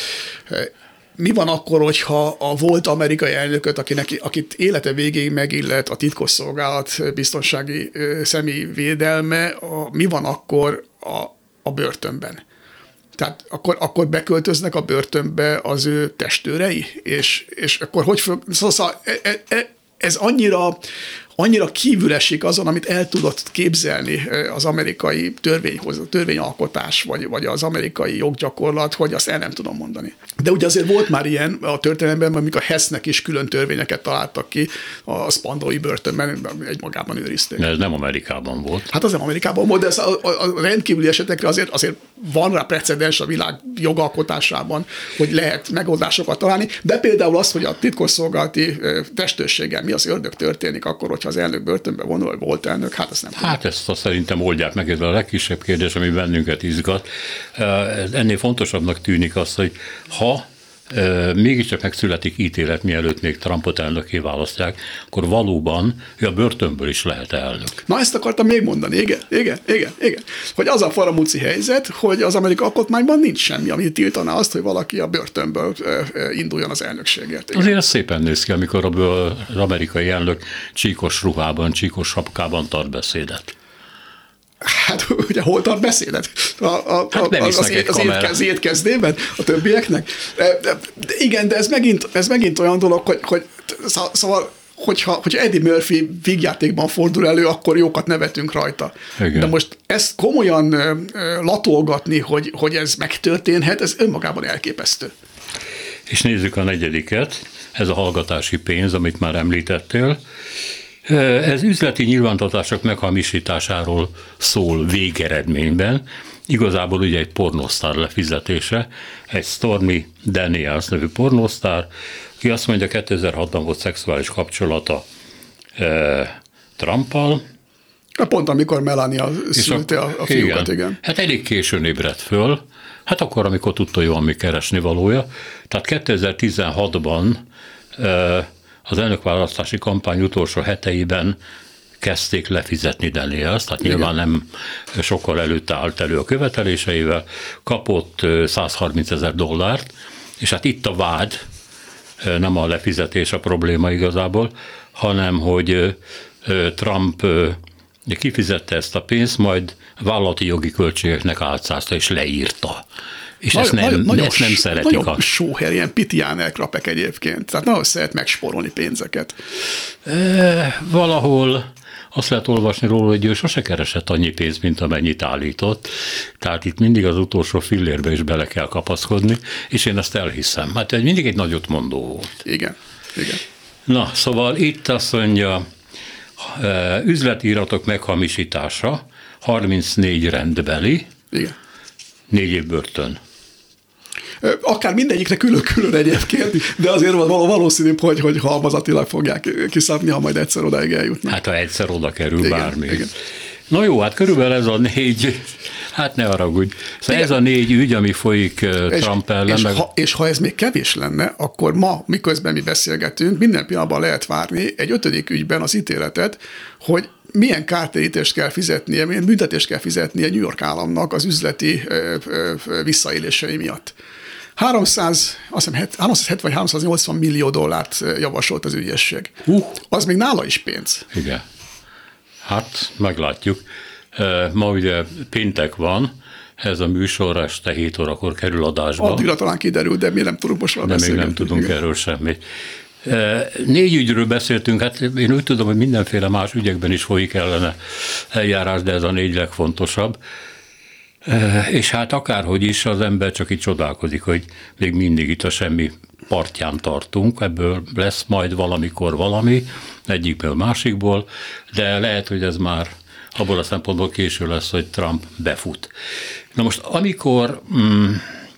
mi van akkor, hogyha a volt amerikai elnököt, akinek, akit élete végéig megillet a titkosszolgálat biztonsági személyi védelme, a, mi van akkor a, a börtönben? Tehát akkor, akkor beköltöznek a börtönbe az ő testőrei? És, és akkor hogy föl... Szóval ez annyira... annyira kívül esik azon, amit el tudott képzelni az amerikai törvényhoz, törvényalkotás, vagy, vagy az amerikai joggyakorlat, hogy azt el nem tudom mondani. De ugye azért volt már ilyen a történelemben, amikor a Hessnek is külön törvényeket találtak ki, a Spandau-i börtönben egymagában őrizték. De ez nem Amerikában volt. Hát az nem Amerikában volt, de ez a, a, a rendkívüli esetekre azért, azért van rá precedens a világ jogalkotásában, hogy lehet megoldásokat találni, de például az, hogy a titkosszolgálati testőrséggel mi az ördög történik akkor, hogy hogyha az elnök börtönbe vonul, vagy volt elnök, hát azt nem tudom. Hát ezt azt szerintem oldják meg, ez a legkisebb kérdés, ami bennünket izgat. Ennél fontosabbnak tűnik az, hogy ha mégiscsak megszületik ítélet, mielőtt még Trumpot elnökké választják, akkor valóban ő a börtönből is lehet elnök. Na ezt akartam még mondani, igen, igen, igen, igen. Hogy az a faramúci helyzet, hogy az amerikai alkotmányban nincs semmi, ami tiltaná azt, hogy valaki a börtönből induljon az elnökségért. Igen. Azért ez szépen néz ki, amikor az amerikai elnök csíkos ruhában, csíkos sapkában tart beszédet. Hát ugye hol tart beszédet? A, a, hát az, az, az, étke, az étkezdében a többieknek? De, de, de igen, de ez megint, ez megint olyan dolog, hogy, hogy szóval hogyha, hogyha Eddie Murphy vígjátékban fordul elő, akkor jókat nevetünk rajta. Igen. De most ezt komolyan latolgatni, hogy, hogy ez megtörténhet, ez önmagában elképesztő. És nézzük a negyediket, ez a hallgatási pénz, amit már említettél. Ez üzleti nyilvántartások meghamisításáról szól végeredményben. Igazából ugye egy pornosztár lefizetése, egy Stormy Daniels nevű pornosztár, ki azt mondja, kétezer-hatban volt szexuális kapcsolata e, Trumpal. Pont amikor Melania szülte a, a fiúkat, igen. igen. Hát elég későn ébredt föl, hát akkor, amikor tudta jól mi keresni valója. Tehát kétezer-tizenhatban e, az elnökválasztási kampány utolsó heteiben kezdték lefizetni Daniels, tehát igen. Nyilván nem sokkal előtte állt elő a követeléseivel, kapott százharmincezer dollárt, és hát itt a vád, nem a lefizetés a probléma igazából, hanem hogy Trump kifizette ezt a pénzt, majd vállalati jogi költségeknek álcázta és leírta. És nagyon, ezt nem, nagyon, ezt nem szeretik. Nagyon a... sóher, ilyen pitián elkrapek egyébként. Tehát nagyon szeret megspórolni pénzeket. E, valahol azt lehet olvasni róla, hogy ő sose keresett annyi pénzt, mint amennyit állított. Tehát itt mindig az utolsó fillérbe is bele kell kapaszkodni, és én ezt elhiszem. Hát mindig egy nagyot mondó volt. Igen, igen. Na, szóval itt azt mondja, üzleti iratok meghamisítása, harmincnégy rendbeli, igen. négy év börtön. Akár mindegyikre külön-külön egyébként, de azért valószínűbb, hogy, hogy halmazatilag fogják kiszabni, ha majd egyszer odáig eljutnak. Hát ha egyszer oda kerül igen, bármi. Igen. Na jó, hát körülbelül ez a négy, hát ne haragudj, szóval ez a négy ügy, ami folyik és, Trump ellen. És, meg... ha, és ha ez még kevés lenne, akkor ma, miközben mi beszélgetünk, minden pillanatban lehet várni egy ötödik ügyben az ítéletet, hogy milyen kártérítést kell fizetnie, milyen büntetést kell fizetnie New York államnak az üzleti ö, ö, ö, visszaélései miatt. háromszáz, azt hiszem, háromszázhetven vagy háromszáznyolcvan millió dollárt javasolt az ügyészség. Uh. Az még nála is pénz. Igen. Hát, meglátjuk. Ma ugye péntek van, ez a műsor este hét órakor kerül adásba. Addigra talán kiderül, de mi nem tudunk most már beszélni. De még nem tudunk igen. erről semmit. Négy ügyről beszéltünk, hát én úgy tudom, hogy mindenféle más ügyekben is folyik ellene eljárás, de ez a négy legfontosabb. És hát akárhogy is az ember csak így csodálkozik, hogy még mindig itt a semmi partján tartunk, ebből lesz majd valamikor valami, egyikből másikból, de lehet, hogy ez már abból a szempontból késő lesz, hogy Trump befut. Na most amikor mm,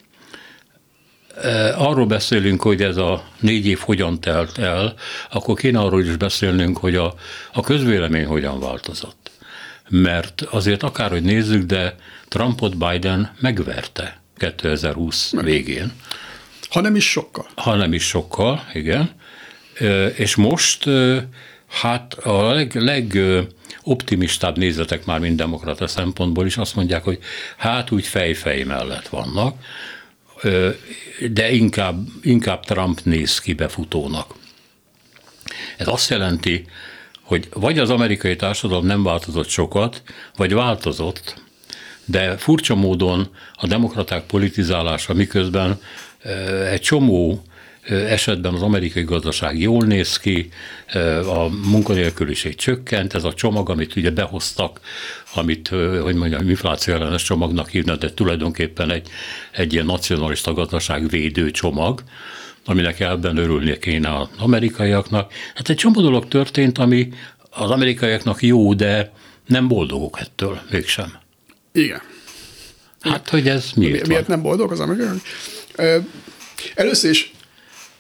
arról beszélünk, hogy ez a négy év hogyan telt el, akkor kéne arról is beszélnünk, hogy a, a közvélemény hogyan változott. Mert azért akárhogy nézzük, de Trumpot Biden megverte kétezer-húsz Meg. végén. Ha nem is sokkal. Ha nem is sokkal, igen. És most hát a leg, legoptimistább nézetek már mind demokrata szempontból is azt mondják, hogy hát úgy fej-fej mellett vannak, de inkább, inkább Trump néz ki befutónak. Ez azt jelenti, hogy vagy az amerikai társadalom nem változott sokat, vagy változott, de furcsa módon a demokraták politizálása, miközben egy csomó esetben az amerikai gazdaság jól néz ki, a munkanélküliség csökkent, ez a csomag, amit ugye behoztak, amit, hogy mondjam, infláció ellenes csomagnak hívnak, de tulajdonképpen egy, egy ilyen nacionalista gazdaságvédő csomag, aminek elben örülnie kéne az amerikaiaknak. Hát egy csomó dolog történt, ami az amerikaiaknak jó, de nem boldogok ettől mégsem. Igen. Hát, hogy ez miért Mi, Miért nem boldog az amerikaiak? Először is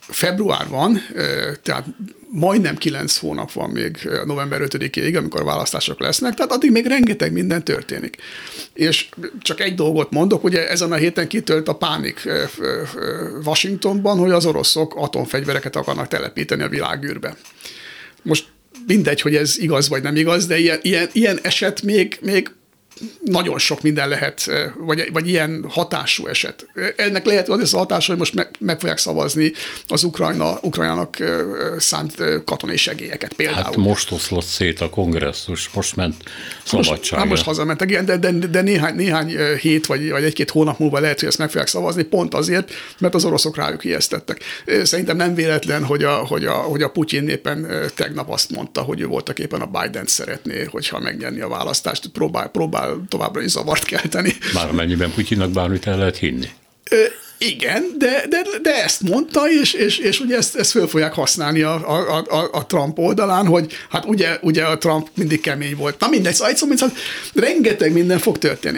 február van, tehát majdnem kilenc hónap van még november ötödikéig, amikor a választások lesznek, tehát addig még rengeteg minden történik. És csak egy dolgot mondok, ugye ezen a héten kitölt a pánik Washingtonban, hogy az oroszok atomfegyvereket akarnak telepíteni a világűrbe. Most mindegy, hogy ez igaz vagy nem igaz, de ilyen, ilyen, ilyen eset még, még nagyon sok minden lehet, vagy, vagy ilyen hatású eset. Ennek lehet az a hatása, hogy most meg, meg fogják szavazni az Ukrajna, Ukrajnának szánt katonai segélyeket például. Hát most oszlott szét a kongresszus, most ment szabadságra. Most, most hazamentek, igen, de, de, de néhány, néhány hét vagy, vagy egy-két hónap múlva lehet, hogy ezt meg fogják szavazni, pont azért, mert az oroszok rájuk ijesztettek. Szerintem nem véletlen, hogy a, hogy a, hogy a Putyin éppen tegnap azt mondta, hogy ő voltak éppen a Bident szeretné, hogyha megnyerni a választást, próbál, próbál továbbra is zavart kelteni. Már mennyiben Putyinnak bármit el lehet hinni? Ö, igen, de, de, de ezt mondta, és, és, és ugye ezt, ezt föl fogják használni a, a, a, a Trump oldalán, hogy hát ugye, ugye a Trump mindig kemény volt. Na mindegy, szóval, szóval, szóval rengeteg minden fog történni.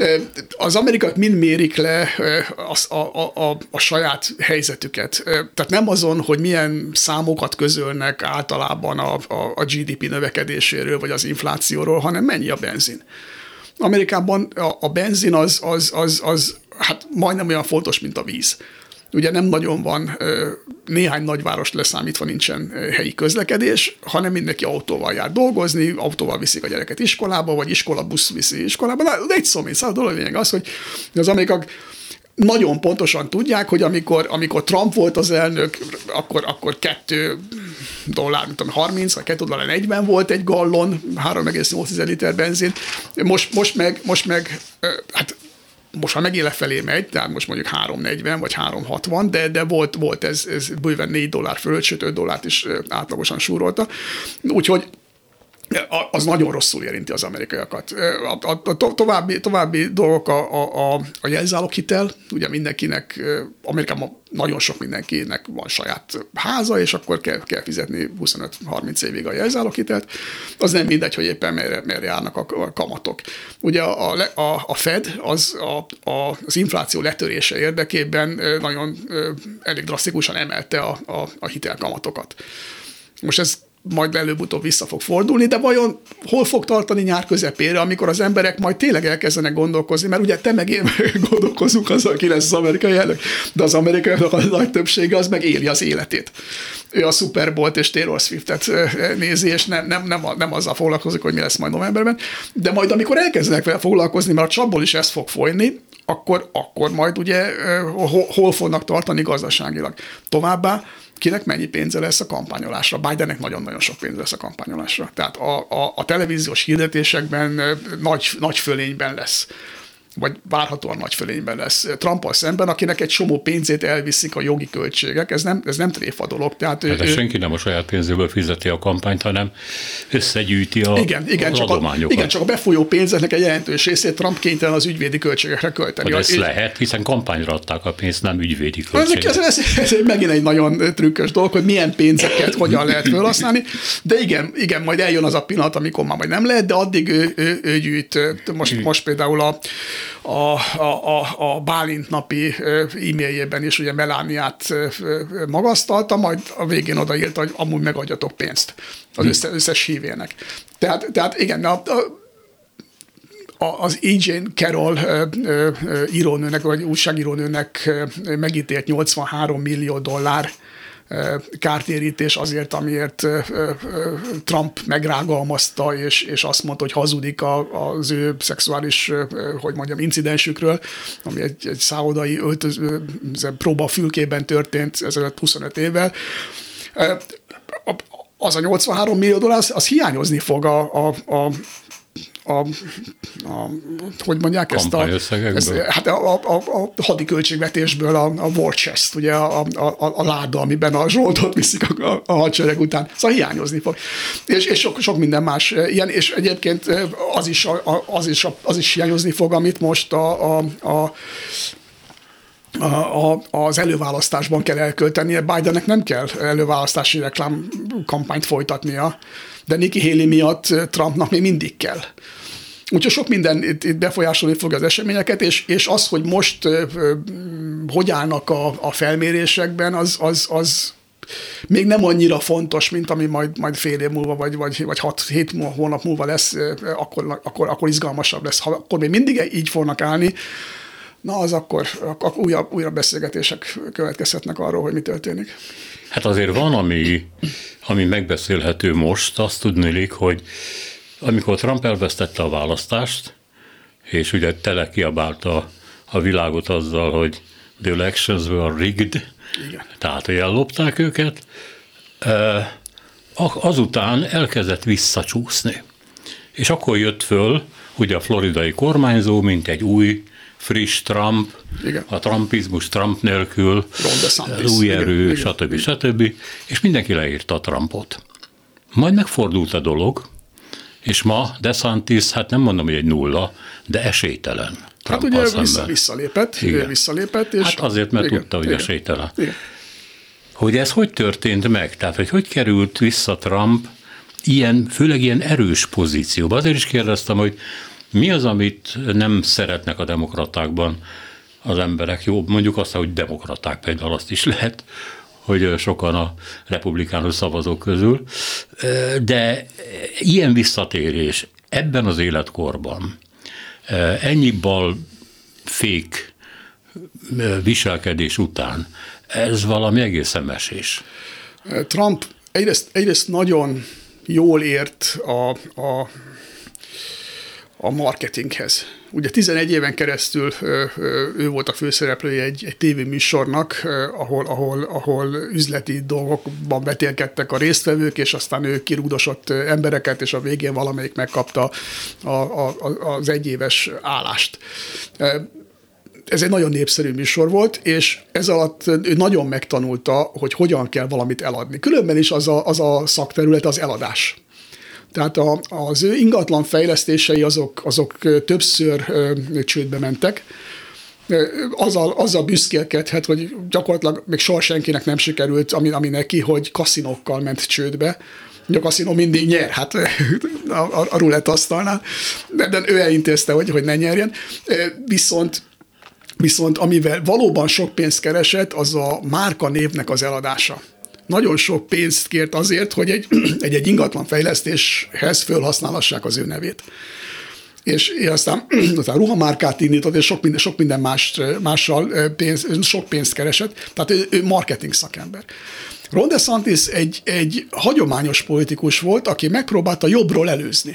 Az amerikaiak mind mérik le a, a, a, a saját helyzetüket. Tehát nem azon, hogy milyen számokat közölnek általában a, a, a gé dé pé növekedéséről, vagy az inflációról, hanem mennyi a benzin. Amerikában a, a benzin az, az, az, az hát majdnem olyan fontos, mint a víz. Ugye nem nagyon van, néhány nagyvárost leszámítva nincsen helyi közlekedés, hanem mindenki autóval jár dolgozni, autóval viszik a gyereket iskolába, vagy iskolabusz viszi iskolába. De egy szó, mint száz dolog lényeg az, hogy az amerikaiak nagyon pontosan tudják, hogy amikor, amikor Trump volt az elnök, akkor, akkor kettő dollár, nem tudom, harminc, vagy kettő dollár negyven volt egy gallon, három egész nyolc liter benzin. Most, most meg, most meg hát most már megint lefelé megy, tehát most mondjuk három negyven vagy három hatvan, de, de volt, volt ez, ez bőven négy dollár fölött, sőt öt dollárt is átlagosan súrolta. Úgyhogy az nagyon rosszul érinti az amerikaiakat. A, a, a további, további dolgok a, a, a jelzáloghitel, ugye mindenkinek, Amerikában nagyon sok mindenkinek van saját háza, és akkor kell, kell fizetni huszonöt-harminc évig a jelzáloghitelt. Az nem mindegy, hogy éppen merre, merre járnak a kamatok. Ugye a, a, a Fed az a, a, az infláció letörése érdekében nagyon elég drasztikusan emelte a, a, a hitelkamatokat. Most ez majd előbb-utóbb vissza fog fordulni, de vajon hol fog tartani nyár közepére, amikor az emberek majd tényleg elkezdenek gondolkozni, mert ugye te meg én gondolkozunk azzal, ki lesz az amerikai elnök, de az amerikaiak a nagy többsége az meg éli az életét. Ő a Super Bowl-t és Taylor Swiftet nézi, és nem, nem, nem, nem azzal foglalkozik, hogy mi lesz majd novemberben, de majd amikor elkezdenek vele foglalkozni, mert a csapból is ez fog folyni, akkor, akkor majd ugye hol, hol fognak tartani gazdaságilag. Továbbá kinek mennyi pénze lesz a kampányolásra. Bidennek nagyon-nagyon sok pénze lesz a kampányolásra. Tehát a, a, a televíziós hirdetésekben nagy, nagy fölényben lesz, vagy várhatóan nagy fölényben lesz Trumpal szemben, akinek egy csomó pénzét elviszik a jogi költségek. Ez nem, ez nem tréfa dolog. Tehát ő, senki nem a saját pénzéből fizeti a kampányt, hanem összegyűjti a, igen, igen, az csak adományokat. A, igen, csak a befolyó pénzeknek egy jelentős részét Trump kénytelen az ügyvédi költségekre költeni. De ez és lehet, hiszen kampányra adták a pénzt, nem ügyvédi költségek. Ez, ez, ez, ez megint egy nagyon trükkös dolog, hogy milyen pénzeket hogyan lehet felhasználni, de igen, igen, majd eljön az a pillanat, amikor már majd nem lehet, de addig ő, ő, ő gyűjt. Most, most például a A, a, a, a Bálint napi e-mailjében is ugye Melaniát magasztalta, majd a végén odaírta, hogy amúgy megadjatok pénzt az összes, összes hívének. Tehát, tehát igen, a, a, az E. Jean Carroll írónőnek, vagy újságírónőnek megítélt nyolcvanhárom millió dollár kártérítés azért, amiért Trump megrágalmazta, és, és azt mondta, hogy hazudik az ő szexuális, hogy mondjam, incidensükről, ami egy, egy szállodai öltöző, próbafülkében történt ezelőtt huszonöt évvel. Az a nyolcvanhárom millió dollár, az, az hiányozni fog a, a, a A, a, hogy mondják ezt a, ezt, hát a, a, a hadi költségvetésből a, a war chest, ugye a, a, a láda, amiben a zsoldot viszik a, a hadsereg után. Szóval hiányozni fog. És, és sok, sok minden más ilyen, és egyébként az is, az is, az is hiányozni fog, amit most a, a, a A, a, az előválasztásban kell elköltenie. Bidennek nem kell előválasztási reklámkampányt folytatnia, de Nikki Haley miatt Trumpnak még mindig kell. úgyhogy sok minden itt, itt befolyásolni fogja az eseményeket, és, és az, hogy most ö, ö, hogy állnak a, a felmérésekben, az, az, az még nem annyira fontos, mint ami majd, majd fél év múlva, vagy, vagy, vagy hat-hét hónap múlva lesz, akkor, akkor, akkor izgalmasabb lesz. Ha akkor még mindig így fognak állni, na az akkor, akkor újabb, újabb beszélgetések következhetnek arról, hogy mi történik. Hát azért van, ami, ami megbeszélhető most, azt tudnélik, hogy amikor Trump elvesztette a választást, és ugye tele kiabálta a világot azzal, hogy the elections were rigged, igen. Tehát, hogy ellopták őket, azután elkezdett visszacsúszni. És akkor jött föl, ugye a floridai kormányzó, mint egy új, friss Trump, igen. A trumpizmus Trump nélkül, új erő, igen. stb. stb. És mindenki leírta a Trumpot. Majd megfordult a dolog, és ma DeSantis, hát nem mondom, hogy egy nulla, de esélytelen. Hát ugye vissza, visszalépett, visszalépett. És hát azért, mert igen, tudta, hogy igen, esélytelen. Igen. Hogy ez hogy történt meg? Tehát, hogy hogy került vissza Trump ilyen, főleg ilyen erős pozícióba? Azért is kérdeztem, hogy mi az, amit nem szeretnek a demokratákban az emberek? Jó, mondjuk azt, hogy demokraták például azt is lehet, hogy sokan a republikánus szavazók közül, de ilyen visszatérés ebben az életkorban, ennyi bal fék viselkedés után, ez valami egészen mesés. Trump egyrészt, egyrészt nagyon jól ért a, a, a marketinghez. Ugye tizenegy éven keresztül ő volt a főszereplője egy, egy tévéműsornak, ahol, ahol, ahol üzleti dolgokban vetélkedtek a résztvevők, és aztán ő kirúgdosott embereket, és a végén valamelyik megkapta a, a, az egyéves állást. Ez egy nagyon népszerű műsor volt, és ez alatt ő nagyon megtanulta, hogy hogyan kell valamit eladni. Különben is az a, az a szakterület az eladás. Tehát a, az ő ingatlan fejlesztései azok, azok többször ö, csődbe mentek. Azzal, azzal büszkélkedhet, hogy gyakorlatilag még soha senkinek nem sikerült, ami, ami neki, hogy kaszinókkal ment csődbe. A kaszinó mindig nyer, hát a, a, a rulettasztalnál, de, de ő elintézte, hogy, hogy ne nyerjen. Viszont Viszont amivel valóban sok pénzt keresett, az a márka névnek az eladása. Nagyon sok pénzt kért azért, hogy egy, egy, egy ingatlan fejlesztéshez felhasználhassák az ő nevét. És aztán, aztán ruhamárkát indított, és sok minden, sok minden más, mással pénz, sok pénzt keresett, tehát ő, ő marketing szakember. Ron DeSantis egy, egy hagyományos politikus volt, aki megpróbálta jobbról előzni.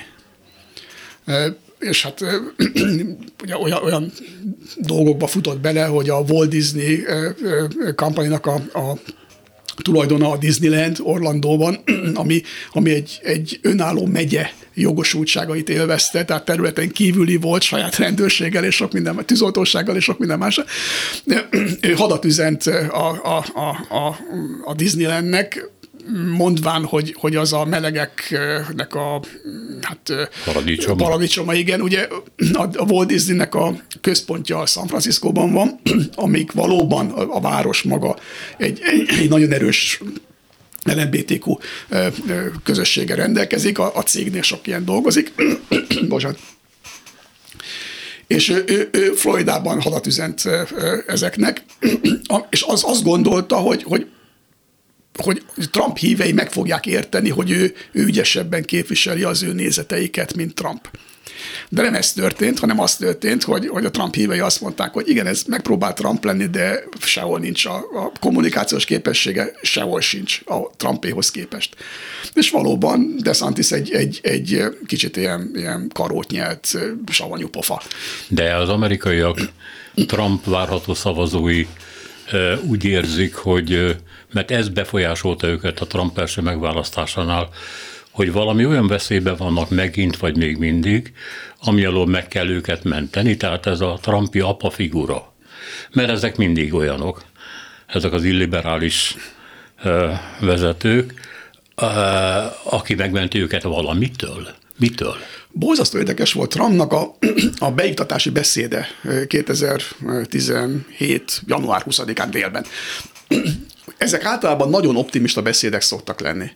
És hát ugye olyan, olyan dolgokba futott bele, hogy a Walt Disney kampánynak a, a tulajdona a Disneyland Orlandóban, ami, ami egy, egy önálló megye jogosultságait élvezte, tehát területen kívüli volt, saját rendőrséggel és sok minden, tűzoltósággal és sok minden más. Ő hadat üzent a, a, a, a, a Disneylandnek, mondván, hogy, hogy az a melegeknek a hát, paradicsoma. paradicsoma, igen. Ugye a Walt Disneynek a központja San Franciscóban van, amíg valóban a, a város maga egy, egy, egy nagyon erős el em bé té kú közösséggel rendelkezik, a, a cégnél sok ilyen dolgozik. Bocsánat. És ő, ő, ő Floridában hadat üzent ezeknek, és az, azt gondolta, hogy, hogy hogy Trump hívei meg fogják érteni, hogy ő, ő ügyesebben képviseli az ő nézeteiket, mint Trump. De nem ez történt, hanem az történt, hogy, hogy a Trump hívei azt mondták, hogy igen, ez megpróbál Trump lenni, de sehol nincs a, a kommunikációs képessége, sehol sincs a Trumpéhoz képest. És valóban DeSantis egy, egy, egy kicsit ilyen, ilyen karót nyelt, savanyú pofa. De az amerikaiak Trump várható szavazói úgy érzik, hogy mert ez befolyásolta őket a Trump első megválasztásánál, hogy valami olyan veszélyben vannak megint, vagy még mindig, ami alól meg kell őket menteni, tehát ez a Trumpi apa figura. Mert ezek mindig olyanok, ezek az illiberális vezetők, aki megmenti őket valamitől. Mitől? Borzasztó érdekes volt Trumpnak a, a beiktatási beszéde kétezer-tizenhét. január huszadikán délben. Ezek általában nagyon optimista beszédek szoktak lenni.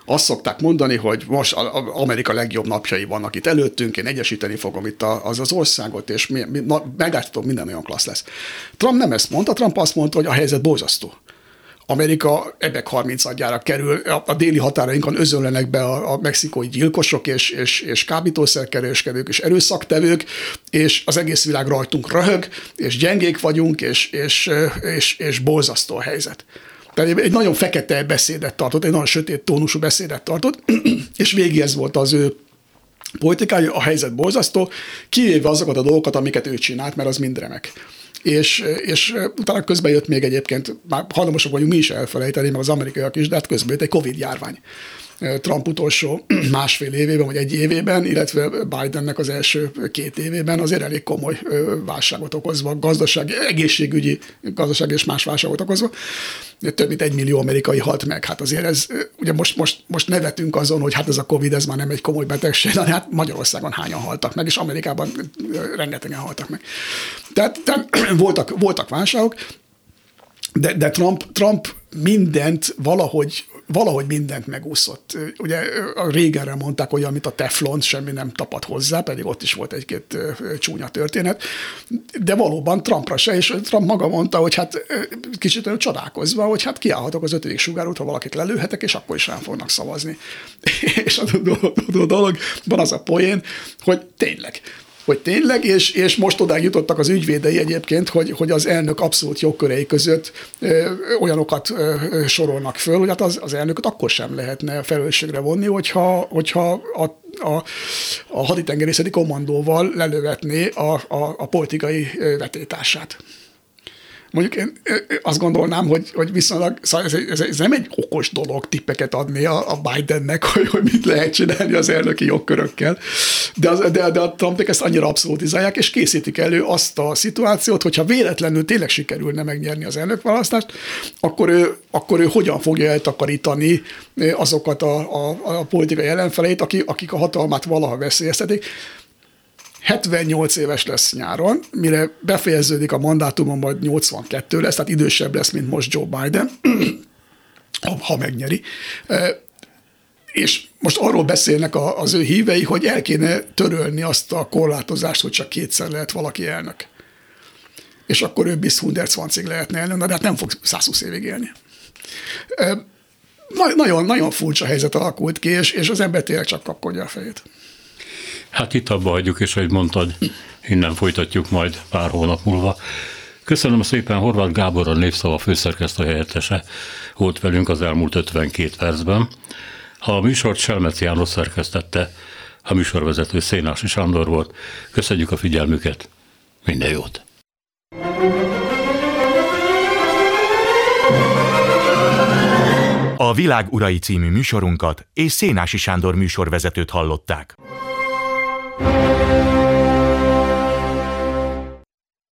Azt szokták mondani, hogy most Amerika legjobb napjai vannak itt előttünk, én egyesíteni fogom itt az az országot, és mi, mi, na, megláthatom, minden olyan klassz lesz. Trump nem ezt mondta, Trump azt mondta, hogy a helyzet borzasztó. Amerika ebek harmincadjára kerül, a déli határainkon özönlenek be a, a mexikói gyilkosok és, és, és kábítószerkereskedők és erőszaktevők, és az egész világ rajtunk röhög, és gyengék vagyunk, és, és, és, és borzasztó a helyzet. Tehát egy nagyon fekete beszédet tartott, egy nagyon sötét tónusú beszédet tartott, és végig ez volt az ő politikája, a helyzet borzasztó, kivéve azokat a dolgokat, amiket ő csinált, mert az mind remek. És, és utána közben jött még egyébként, már hajlamosak vagyunk mi is elfelejteni, meg az amerikaiak is, de hát közben jött egy Covid-járvány. Trump utolsó másfél évében, vagy egy évében, illetve Bidennek az első két évében azért elég komoly válságot okozva, gazdasági, egészségügyi, gazdasági és más válságot okozva. Több mint egy millió amerikai halt meg. Hát azért ez, ugye most, most, most nevetünk azon, hogy hát ez a Covid, ez már nem egy komoly betegség, de hát Magyarországon hányan haltak meg, és Amerikában rengetegen haltak meg. Tehát, tehát voltak, voltak válságok, de, de Trump, Trump mindent valahogy, valahogy mindent megúszott. Ugye régenre mondták, hogy amit a teflon, semmi nem tapad hozzá, pedig ott is volt egy-két csúnya történet, de valóban Trumpra se, és Trump maga mondta, hogy hát kicsit csodálkozva, hogy hát kiállhatok az ötödik sugárút, ha valakit lelőhetek, és akkor is rám fognak szavazni. És a dologban az a poén, hogy tényleg, hogy tényleg, és, és most odáig jutottak az ügyvédei egyébként, hogy, hogy az elnök abszolút jogkörei között ö, olyanokat ö, sorolnak föl, hogy hát az, az elnököt akkor sem lehetne felelősségre vonni, hogyha, hogyha a, a, a haditengerészeti kommandóval lelövetné a, a, a politikai vetétársát. Mondjuk én azt gondolnám, hogy, hogy viszonylag, szóval ez, ez, ez nem egy okos dolog tippeket adni a, a Bidennek, hogy, hogy mit lehet csinálni az elnöki jogkörökkel, de, az, de, de a Trumpék ezt annyira abszolutizálják, és készítik elő azt a szituációt, hogyha véletlenül tényleg sikerülne megnyerni az elnökválasztást, akkor ő, akkor ő hogyan fogja eltakarítani azokat a, a, a politikai ellenfeleit, akik, akik a hatalmát valaha veszélyeztetik. hetvennyolc éves lesz nyáron, mire befejeződik a mandátumon, majd nyolcvankettő lesz, tehát idősebb lesz, mint most Joe Biden, ha, ha megnyeri. És most arról beszélnek az ő hívei, hogy el kéne törölni azt a korlátozást, hogy csak kétszer lehet valaki elnök. És akkor ő bis hundertzwanzig lehetne elnök, de hát nem fog százhúsz évig élni. Nagyon, nagyon furcsa helyzet alakult ki, és, és az ember tényleg csak kapkodja a fejét. Hát itt abba hagyjuk, és ahogy mondtad, innen folytatjuk majd pár hónap múlva. Köszönöm szépen, Horváth Gábor, a Népszava főszerkesztő helyettese volt velünk az elmúlt ötvenkét percben. A műsort Selmeci János szerkesztette, a műsorvezető Szénási Sándor volt. Köszönjük a figyelmüket, minden jót! A Világ urai című műsorunkat és Szénási Sándor műsorvezetőt hallották.